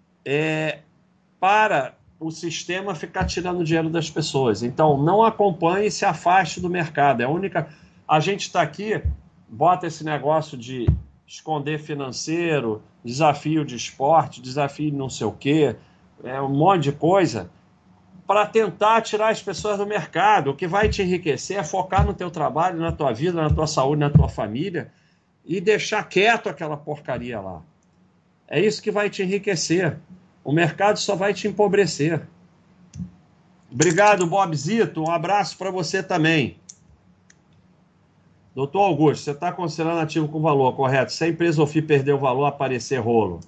para o sistema ficar tirando dinheiro das pessoas. Então, não acompanhe e se afaste do mercado. A gente está aqui, bota esse negócio de esconder financeiro, desafio de esporte, desafio de não sei o quê, um monte de coisa, para tentar tirar as pessoas do mercado. O que vai te enriquecer é focar no teu trabalho, na tua vida, na tua saúde, na tua família e deixar quieto aquela porcaria lá. É isso que vai te enriquecer. O mercado só vai te empobrecer. Obrigado, Bobzito. Um abraço para você também. Doutor Augusto, você está considerando ativo com valor, correto? Se a empresa ou FII perder o valor, aparecer rolo.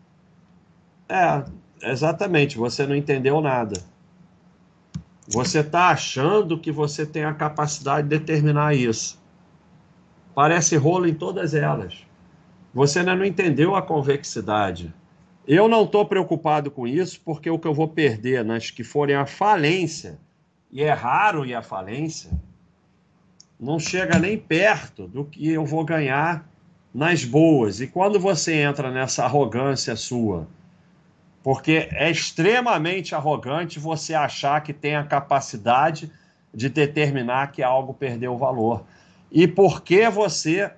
Exatamente. Você não entendeu nada. Você está achando que você tem a capacidade de determinar isso. Parece rolo em todas elas. Você ainda não entendeu a convexidade. Eu não estou preocupado com isso, porque o que eu vou perder nas que forem à falência, e é raro ir à falência, não chega nem perto do que eu vou ganhar nas boas. E quando você entra nessa arrogância sua, porque é extremamente arrogante você achar que tem a capacidade de determinar que algo perdeu o valor. E por que você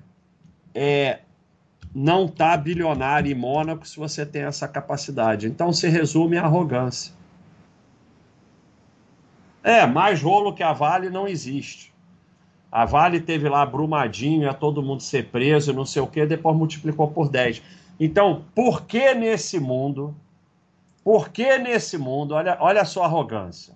não está bilionário em Mônaco se você tem essa capacidade? Então se resume à arrogância. Mais rolo que a Vale não existe. A Vale teve lá Brumadinho, ia todo mundo ser preso, não sei o quê, depois multiplicou por 10. Então, por que nesse mundo, olha a sua arrogância.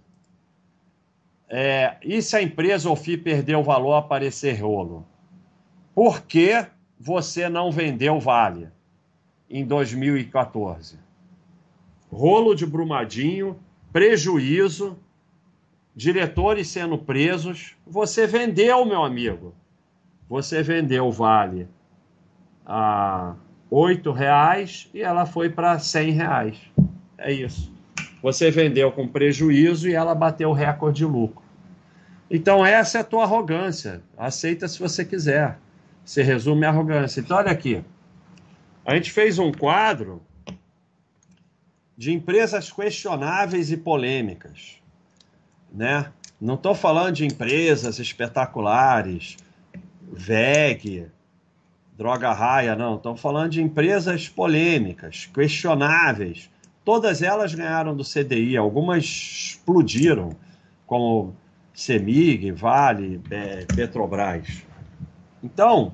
E se a empresa ou FII perder o valor, aparecer rolo? Por que você não vendeu Vale em 2014? Rolo de Brumadinho, prejuízo, diretores sendo presos. Você vendeu, meu amigo. Você vendeu Vale a R$8 e ela foi para R$100. É isso. Você vendeu com prejuízo e ela bateu o recorde de lucro. Então essa é a tua arrogância. Aceita se você quiser. Se resume a arrogância. Então olha aqui. A gente fez um quadro de empresas questionáveis e polêmicas, né? Não estou falando de empresas espetaculares, VEG, Droga Raia, não. Estou falando de empresas polêmicas, questionáveis. Todas elas ganharam do CDI, algumas explodiram, como CEMIG, Vale, Petrobras. Então,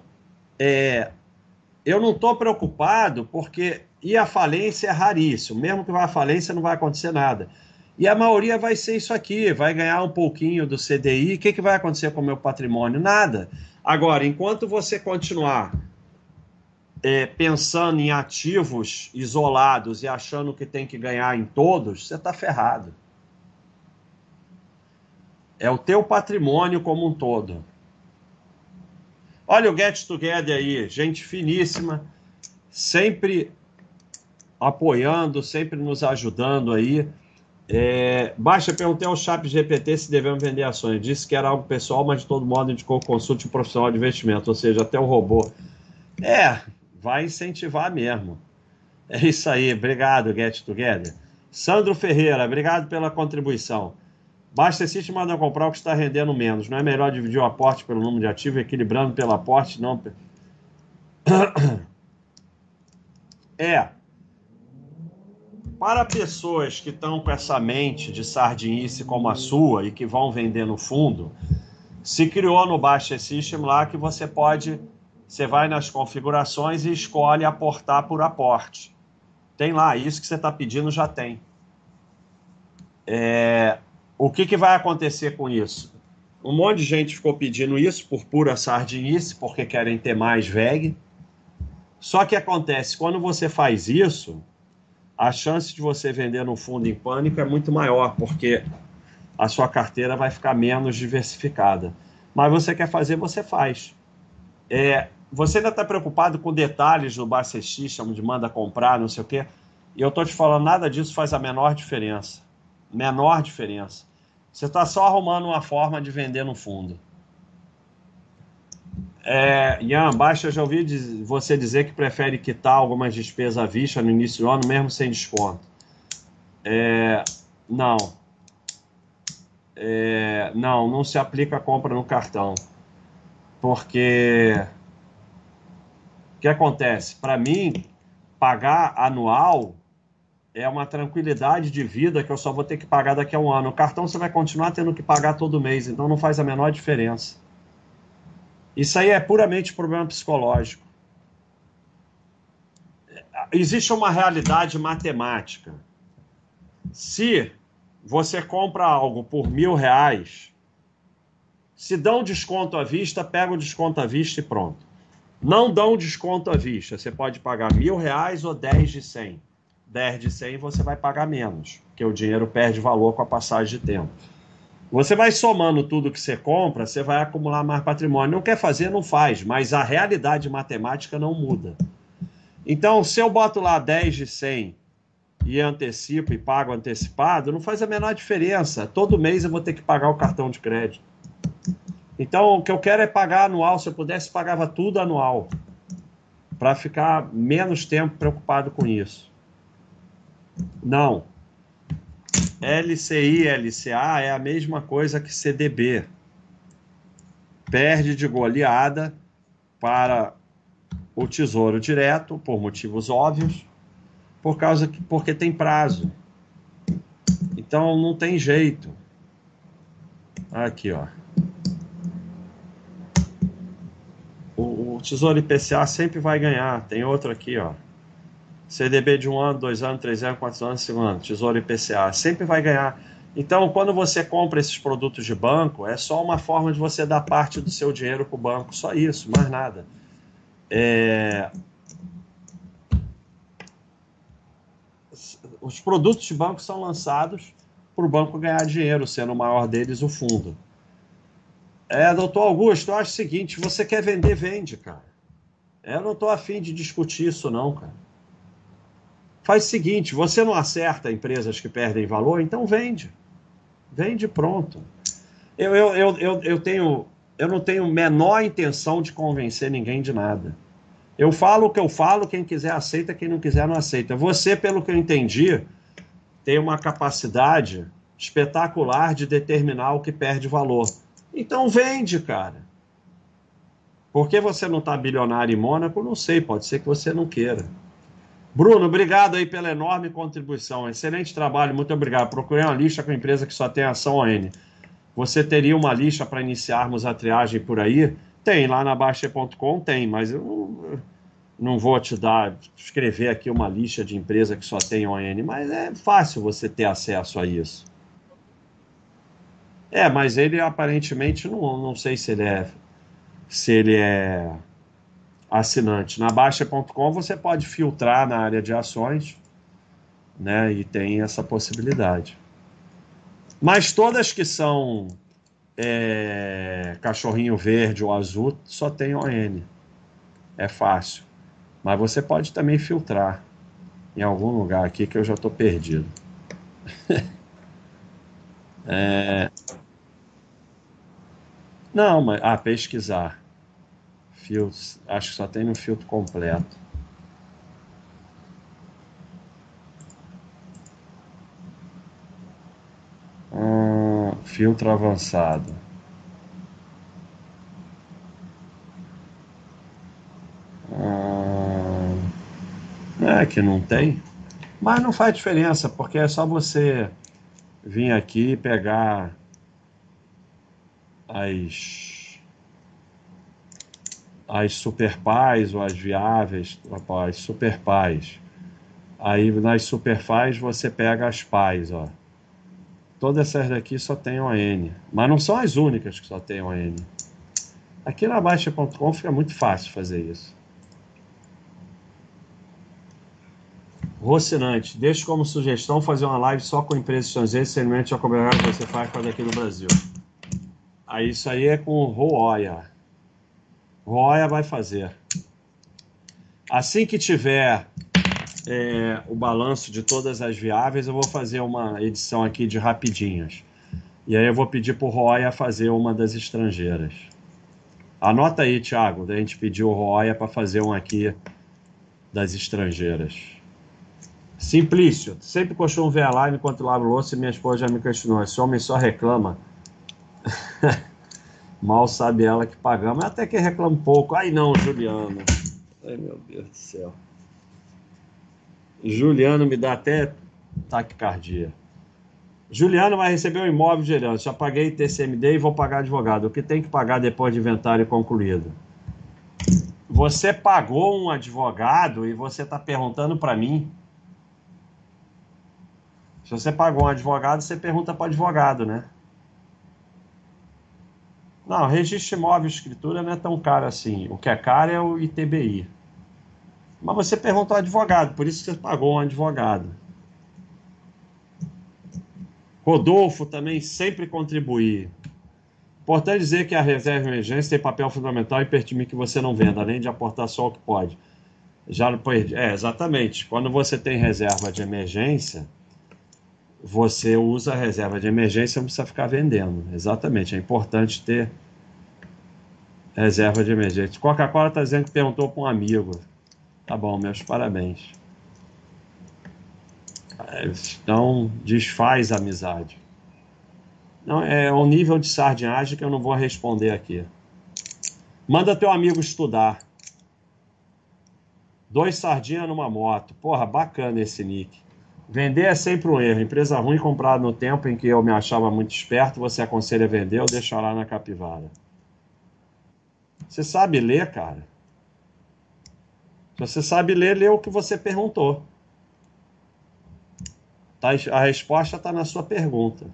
eu não estou preocupado porque ir à falência é raríssimo. Mesmo que vá à falência, não vai acontecer nada. E a maioria vai ser isso aqui, vai ganhar um pouquinho do CDI. O que vai acontecer com o meu patrimônio? Nada. Agora, enquanto você continuar pensando em ativos isolados e achando que tem que ganhar em todos, você está ferrado. É o teu patrimônio como um todo. Olha o Get Together aí, gente finíssima, sempre apoiando, sempre nos ajudando aí. Baixa, perguntei ao ChatGPT se devemos vender ações. Disse que era algo pessoal, mas de todo modo indicou consulte um profissional de investimento, ou seja, até o robô. Vai incentivar mesmo. É isso aí, obrigado, Get Together. Sandro Ferreira, obrigado pela contribuição. Basta System mandar comprar o que está rendendo menos. Não é melhor dividir o aporte pelo número de ativos, equilibrando pelo aporte, não... Para pessoas que estão com essa mente de sardinice como a sua e que vão vender no fundo, se criou no Baixa System lá que você vai nas configurações e escolhe aportar por aporte. Tem lá, isso que você está pedindo já tem. O que vai acontecer com isso? Um monte de gente ficou pedindo isso por pura sardinice, porque querem ter mais VEG. Só que acontece, quando você faz isso, a chance de você vender no fundo em pânico é muito maior, porque a sua carteira vai ficar menos diversificada. Mas você quer fazer, você faz. Você ainda está preocupado com detalhes do Baixa System, de manda comprar, não sei o quê? E eu estou te falando, nada disso faz a menor diferença. Menor diferença. Você está só arrumando uma forma de vender no fundo. Ian, baixa, eu já ouvi você dizer que prefere quitar algumas despesas à vista no início do ano, mesmo sem desconto. Não. Não se aplica a compra no cartão. Porque o que acontece? Para mim, pagar anual é uma tranquilidade de vida que eu só vou ter que pagar daqui a um ano. O cartão você vai continuar tendo que pagar todo mês, então não faz a menor diferença. Isso aí é puramente problema psicológico. Existe uma realidade matemática. Se você compra algo por R$ 1.000, se dão desconto à vista, pega o desconto à vista e pronto. Não dão desconto à vista, você pode pagar R$ 1.000 ou 10 de 100. 10 de 100 você vai pagar menos, porque o dinheiro perde valor com a passagem de tempo. Você vai somando tudo que você compra, você vai acumular mais patrimônio. Não quer fazer, não faz, mas a realidade matemática não muda. Então, se eu boto lá 10 de 100 e antecipo e pago antecipado, não faz a menor diferença. Todo mês eu vou ter que pagar o cartão de crédito. Então, o que eu quero é pagar anual. Se eu pudesse, pagava tudo anual, para ficar menos tempo preocupado com isso. Não. LCI, LCA é a mesma coisa que CDB. Perde de goleada para o Tesouro Direto, por motivos óbvios, porque tem prazo. Então não tem jeito. Aqui, ó. O Tesouro IPCA sempre vai ganhar. Tem outro aqui, ó. CDB de 1 ano, 2 anos, 3 anos, 4 anos, 5 anos. Tesouro IPCA sempre vai ganhar. Então, quando você compra esses produtos de banco, é só uma forma de você dar parte do seu dinheiro para o banco. Só isso, mais nada. Os produtos de banco são lançados para o banco ganhar dinheiro, sendo o maior deles o fundo. Doutor Augusto, eu acho o seguinte, você quer vender, vende, cara. Eu não estou afim de discutir isso não, cara. Faz o seguinte, você não acerta empresas que perdem valor, então vende. Vende pronto. Eu não tenho a menor intenção de convencer ninguém de nada. Eu falo o que eu falo, quem quiser aceita, quem não quiser não aceita. Você, pelo que eu entendi, tem uma capacidade espetacular de determinar o que perde valor. Então vende, cara. Por que você não está bilionário em Mônaco? Não sei, pode ser que você não queira. Bruno, obrigado aí pela enorme contribuição. Excelente trabalho, muito obrigado. Procurei uma lista com empresa que só tem ação ON. Você teria uma lista para iniciarmos a triagem por aí? Tem, lá na Baixa.com tem, mas eu não vou te escrever aqui uma lista de empresa que só tem ON, mas é fácil você ter acesso a isso. Mas ele aparentemente, não sei se ele é assinante. Na Baixa.com você pode filtrar na área de ações, né? E tem essa possibilidade. Mas todas que são cachorrinho verde ou azul só tem ON. É fácil. Mas você pode também filtrar em algum lugar aqui que eu já estou perdido. Não, mas pesquisar. Filtros, acho que só tem no filtro completo. Filtro avançado. Não é que não tem, mas não faz diferença, porque é só você vir aqui e pegar as super pais ou as viáveis, as super pais. Aí nas super pais você pega as pais, ó. Todas essas daqui só tem ON, mas não são as únicas que só tem ON. Aqui na Baixa.com fica muito fácil fazer isso. Rocinante, deixo como sugestão fazer uma live só com empresas estrangeiras, semelhante ao que você faz aqui no Brasil. Aí isso aí é com o Roya. Roya vai fazer. Assim que tiver o balanço de todas as viáveis, eu vou fazer uma edição aqui de rapidinhas. E aí eu vou pedir para o Roya fazer uma das estrangeiras. Anota aí, Thiago, a gente pediu o Roya para fazer um aqui das estrangeiras. Simplício, sempre costumo ver a live enquanto lavo louça e minha esposa já me questionou. Esse homem só reclama. Mal sabe ela que pagamos. Até que reclama um pouco. Ai não, Juliano. Ai meu Deus do céu. Juliano me dá até taquicardia. Juliano vai receber um imóvel de herança. Já paguei TCMD e vou pagar advogado. O que tem que pagar depois de inventário concluído? Você pagou um advogado e você está perguntando para mim? Se você pagou um advogado, você pergunta para o advogado, né? Não, registro imóvel e escritura não é tão caro assim. O que é caro é o ITBI. Mas você perguntou ao advogado, por isso que você pagou um advogado. Rodolfo também sempre contribuir. Importante dizer que a reserva de emergência tem papel fundamental em permitir que você não venda, além de aportar só o que pode. Exatamente. Quando você tem reserva de emergência, você usa a reserva de emergência, não precisa ficar vendendo. Exatamente. É importante ter reserva de emergência. Coca-Cola está dizendo que perguntou para um amigo. Tá bom, meus parabéns. Então, desfaz a amizade. Não, é um nível de sardinhagem que eu não vou responder aqui. Manda teu amigo estudar. 2 sardinhas numa moto. Porra, bacana esse nick. Vender é sempre um erro. Empresa ruim comprada no tempo em que eu me achava muito esperto, você aconselha a vender ou deixar lá na capivara? Você sabe ler, cara? Se você sabe ler, lê o que você perguntou. A resposta está na sua pergunta.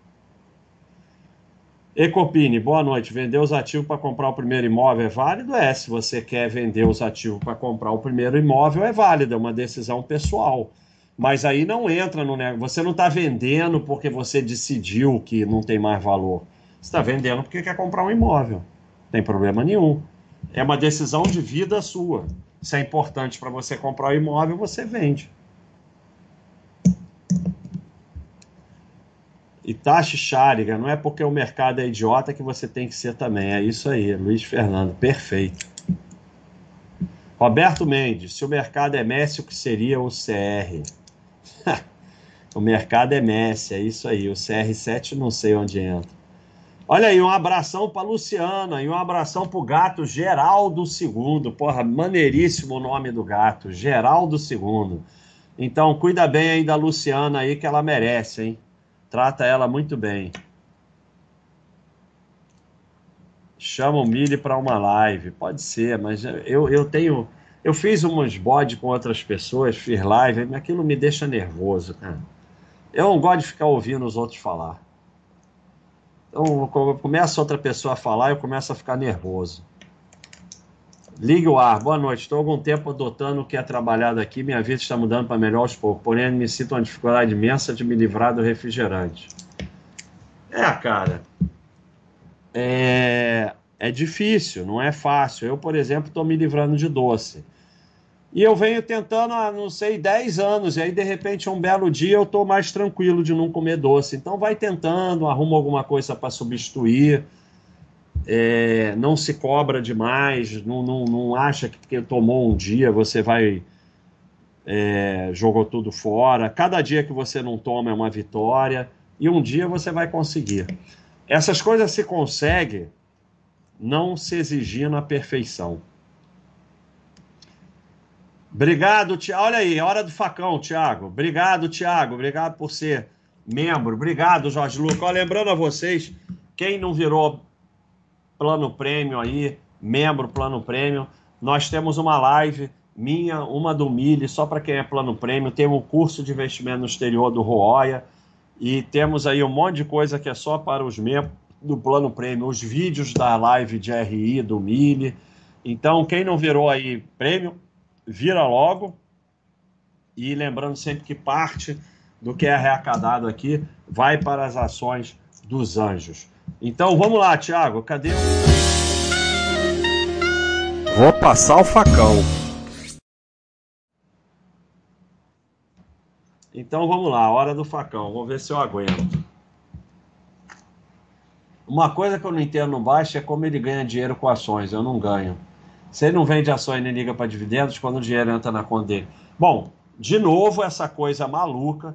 Ecopini, boa noite. Vender os ativos para comprar o primeiro imóvel é válido? Se você quer vender os ativos para comprar o primeiro imóvel, é válido, é uma decisão pessoal. Mas aí não entra no negócio. Você não está vendendo porque você decidiu que não tem mais valor. Você está vendendo porque quer comprar um imóvel. Não tem problema nenhum. É uma decisão de vida sua. Se é importante para você comprar o imóvel, você vende. Itachi Chariga, não é porque o mercado é idiota que você tem que ser também. É isso aí, Luiz Fernando, perfeito. Roberto Mendes, se o mercado é Messi, o que seria o CR? O mercado é Messi, é isso aí. O CR7 não sei onde entra. Olha aí, um abração para Luciana e um abração para o gato Geraldo II. Porra, maneiríssimo o nome do gato, Geraldo II. Então, cuida bem aí da Luciana aí, que ela merece, hein? Trata ela muito bem. Chama o Mili para uma live. Pode ser, mas eu fiz umas bode com outras pessoas, fiz live, mas aquilo me deixa nervoso, cara. Eu não gosto de ficar ouvindo os outros falar. Então, quando começa outra pessoa a falar, eu começo a ficar nervoso. Ligue o ar. Boa noite. Estou há algum tempo adotando o que é trabalhado aqui. Minha vida está mudando para melhor aos poucos. Porém, me sinto uma dificuldade imensa de me livrar do refrigerante. Cara. É difícil, não é fácil. Eu, por exemplo, estou me livrando de doce. E eu venho tentando há, não sei, 10 anos. E aí, de repente, um belo dia, eu estou mais tranquilo de não comer doce. Então, vai tentando, arruma alguma coisa para substituir. Não se cobra demais, não acha que porque tomou um dia você vai jogou tudo fora. Cada dia que você não toma é uma vitória e um dia você vai conseguir. Essas coisas se conseguem não se exigindo a perfeição. Obrigado, Tiago. Olha aí, hora do facão, Tiago. Obrigado, Tiago. Obrigado por ser membro. Obrigado, Jorge Lucas. Ó, lembrando a vocês, quem não virou Plano Prêmio aí, membro Plano Prêmio, nós temos uma live minha, uma do Mili, só para quem é Plano Prêmio, temos um curso de investimento no exterior do Roya e temos aí um monte de coisa que é só para os membros do Plano Prêmio, os vídeos da live de RI do Mili. Então, quem não virou aí prêmio, vira logo. E lembrando sempre que parte do que é arrecadado aqui vai para as ações dos anjos. Então, vamos lá, Thiago. Cadê o... Vou passar o facão. Então vamos lá, hora do facão. Vou ver se eu aguento. Uma coisa que eu não entendo no Baixa é como ele ganha dinheiro com ações. Eu não ganho. Se ele não vende ações nem liga para dividendos, quando o dinheiro entra na conta dele. Bom, de novo, essa coisa maluca.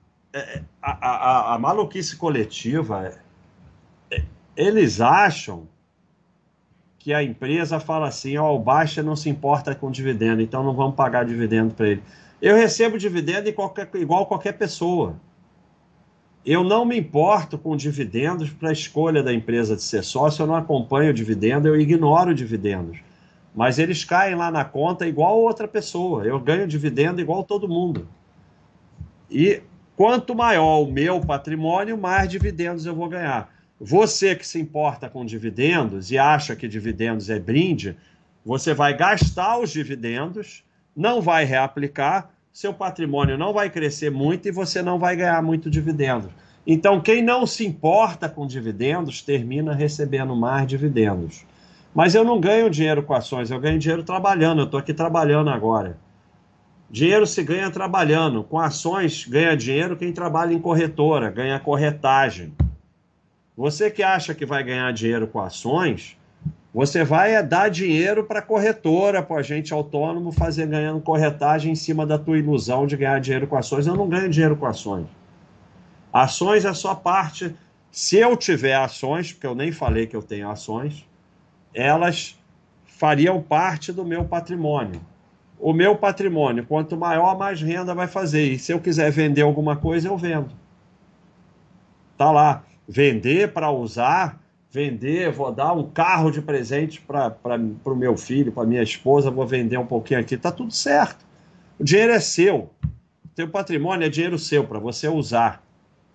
A maluquice coletiva. Eles acham que a empresa fala assim: ó, o Baixa não se importa com dividendo, então não vamos pagar dividendo para ele. Eu recebo dividendo igual qualquer pessoa. Eu não me importo com dividendos para a escolha da empresa de ser sócio, eu não acompanho o dividendo, eu ignoro dividendos. Mas eles caem lá na conta igual outra pessoa. Eu ganho dividendo igual todo mundo. E quanto maior o meu patrimônio, mais dividendos eu vou ganhar. Você que se importa com dividendos e acha que dividendos é brinde, você vai gastar os dividendos, não vai reaplicar, seu patrimônio não vai crescer muito e você não vai ganhar muito dividendos. Então, quem não se importa com dividendos termina recebendo mais dividendos. Mas eu não ganho dinheiro com ações, eu ganho dinheiro trabalhando, eu estou aqui trabalhando agora. Dinheiro se ganha trabalhando. Com ações, ganha dinheiro quem trabalha em corretora, ganha corretagem. Você que acha que vai ganhar dinheiro com ações, você vai dar dinheiro para a corretora, para o agente autônomo fazer ganhando corretagem em cima da tua ilusão de ganhar dinheiro com ações. Eu não ganho dinheiro com ações. Ações é só parte. Se eu tiver ações, porque eu nem falei que eu tenho ações, elas fariam parte do meu patrimônio. O meu patrimônio, quanto maior, mais renda vai fazer. E se eu quiser vender alguma coisa, eu vendo. Tá lá. Vender para usar, vender, vou dar um carro de presente para o meu filho, para minha esposa, vou vender um pouquinho aqui. Tá tudo certo. O dinheiro é seu. O teu patrimônio é dinheiro seu, para você usar.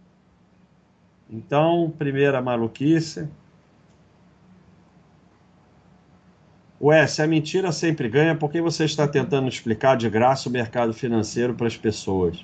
Então, primeira maluquice. Ué, se a mentira sempre ganha, por que você está tentando explicar de graça o mercado financeiro para as pessoas?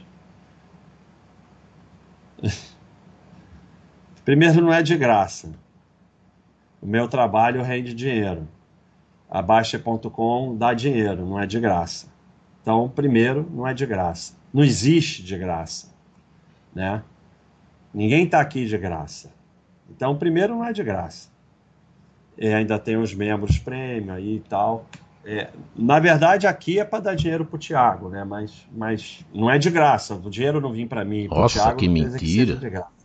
Primeiro, não é de graça. O meu trabalho rende dinheiro. A Baixa.com dá dinheiro, não é de graça. Então, primeiro, não é de graça. Não existe de graça, né? Ninguém está aqui de graça. Então, primeiro, não é de graça. Ainda tem os membros prêmio aí e tal. Na verdade, aqui é para dar dinheiro para o Thiago, né? Mas não é de graça. O dinheiro não vem para mim. Para o Thiago, que não quer dizer que seja mentira. de graça.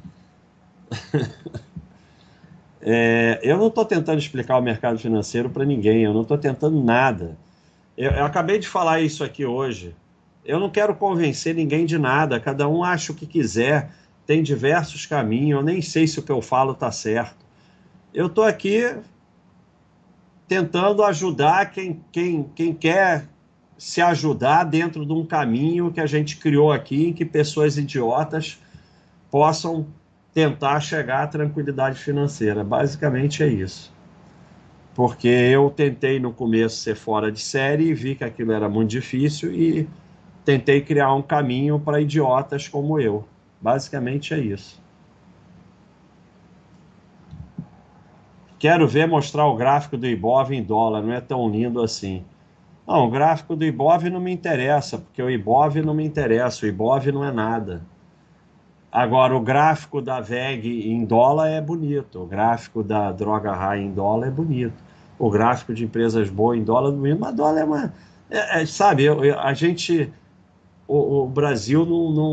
Eu não estou tentando explicar o mercado financeiro para ninguém. Eu não estou tentando nada. Eu acabei de falar isso aqui hoje. Eu não quero convencer ninguém de nada. Cada um acha o que quiser. Tem diversos caminhos. Eu nem sei se o que eu falo está certo. Eu estou aqui tentando ajudar quem quer se ajudar dentro de um caminho que a gente criou aqui, em que pessoas idiotas possam tentar chegar à tranquilidade financeira. Basicamente é isso. Porque eu tentei no começo ser fora de série e vi que aquilo era muito difícil e tentei criar um caminho para idiotas como eu. Basicamente é isso. Quero ver mostrar o gráfico do Ibov em dólar, não é tão lindo assim. Não, o gráfico do Ibov não me interessa, porque o Ibov não me interessa, o Ibov não é nada. Agora, o gráfico da VEG em dólar é bonito, o gráfico da droga high em dólar é bonito, o gráfico de empresas boas em dólar é bonito, mas dólar é uma... sabe, a gente... O Brasil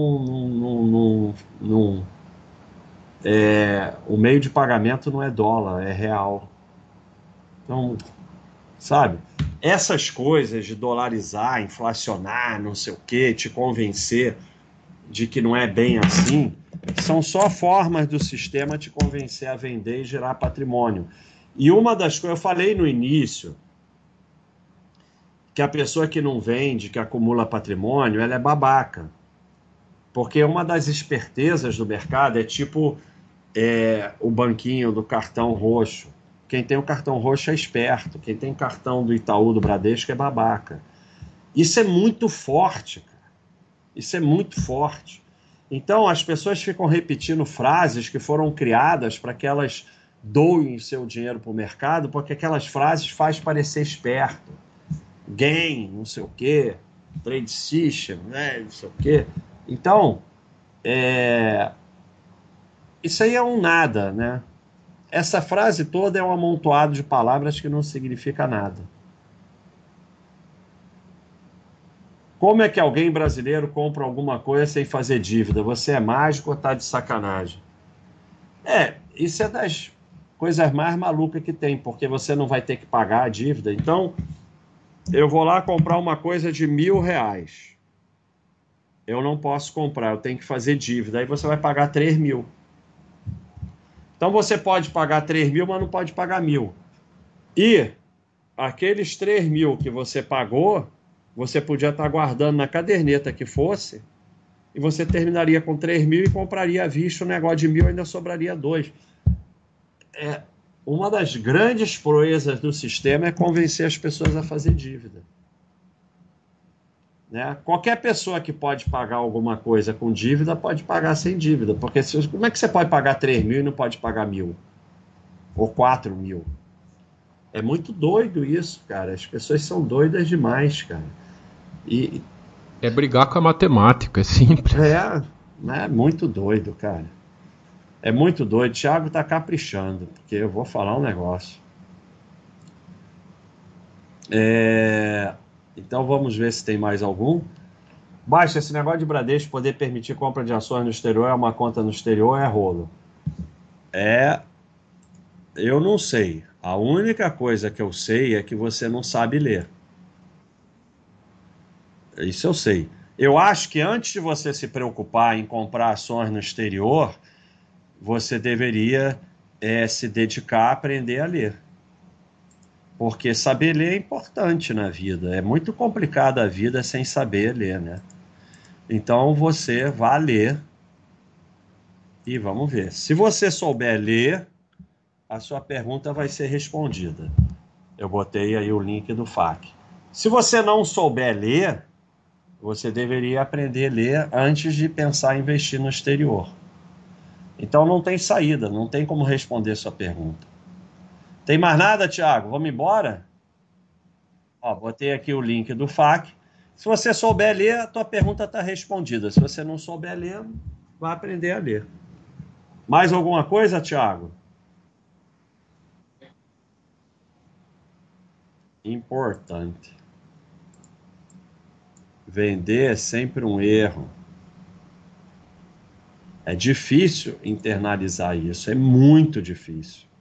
o meio de pagamento não é dólar, é real. Então, sabe? Essas coisas de dolarizar, inflacionar, não sei o quê, te convencer de que não é bem assim, são só formas do sistema te convencer a vender e gerar patrimônio. E uma das coisas, eu falei no início, que a pessoa que não vende, que acumula patrimônio, ela é babaca. Porque uma das espertezas do mercado é tipo o banquinho do cartão roxo. Quem tem o cartão roxo é esperto. Quem tem cartão do Itaú, do Bradesco, é babaca. Isso é muito forte, cara. Isso é muito forte. Então, as pessoas ficam repetindo frases que foram criadas para que elas doem seu dinheiro para o mercado, porque aquelas frases fazem parecer esperto. Gain, não sei o quê, trade system, né, não sei o quê. Então, isso aí é um nada, né? Essa frase toda é um amontoado de palavras que não significa nada. Como é que alguém brasileiro compra alguma coisa sem fazer dívida? Você é mágico ou tá de sacanagem? Isso é das coisas mais malucas que tem, porque você não vai ter que pagar a dívida. Então, eu vou lá comprar uma coisa de R$ 1.000. Eu não posso comprar, eu tenho que fazer dívida. Aí você vai pagar 3.000. Então você pode pagar 3.000, mas não pode pagar 1.000. E aqueles 3.000 que você pagou, você podia estar guardando na caderneta que fosse, e você terminaria com 3.000 e compraria à vista o negócio de 1.000, ainda sobraria 2. Uma das grandes proezas do sistema é convencer as pessoas a fazer dívida. Né? Qualquer pessoa que pode pagar alguma coisa com dívida pode pagar sem dívida, porque como é que você pode pagar 3.000 e não pode pagar 1.000? Ou 4.000? É muito doido isso, cara. As pessoas são doidas demais, cara. E É brigar com a matemática, é simples. é muito doido, cara. É muito doido. Thiago tá caprichando, porque eu vou falar um negócio. Então vamos ver se tem mais algum. Baixa, esse negócio de Bradesco poder permitir compra de ações no exterior, é uma conta no exterior, é rolo. Eu não sei. A única coisa que eu sei é que você não sabe ler. Isso eu sei. Eu acho que antes de você se preocupar em comprar ações no exterior, você deveria se dedicar a aprender a ler. Porque saber ler é importante na vida. É muito complicada a vida sem saber ler, né? Então você vá ler e vamos ver. Se você souber ler, a sua pergunta vai ser respondida. Eu botei aí o link do FAQ. Se você não souber ler, você deveria aprender a ler antes de pensar em investir no exterior. Então não tem saída, não tem como responder sua pergunta. Tem mais nada, Thiago? Vamos embora? Ó, botei aqui o link do FAQ. Se você souber ler, a tua pergunta está respondida. Se você não souber ler, vai aprender a ler. Mais alguma coisa, Thiago? Importante. Vender é sempre um erro. É difícil internalizar isso, é muito difícil.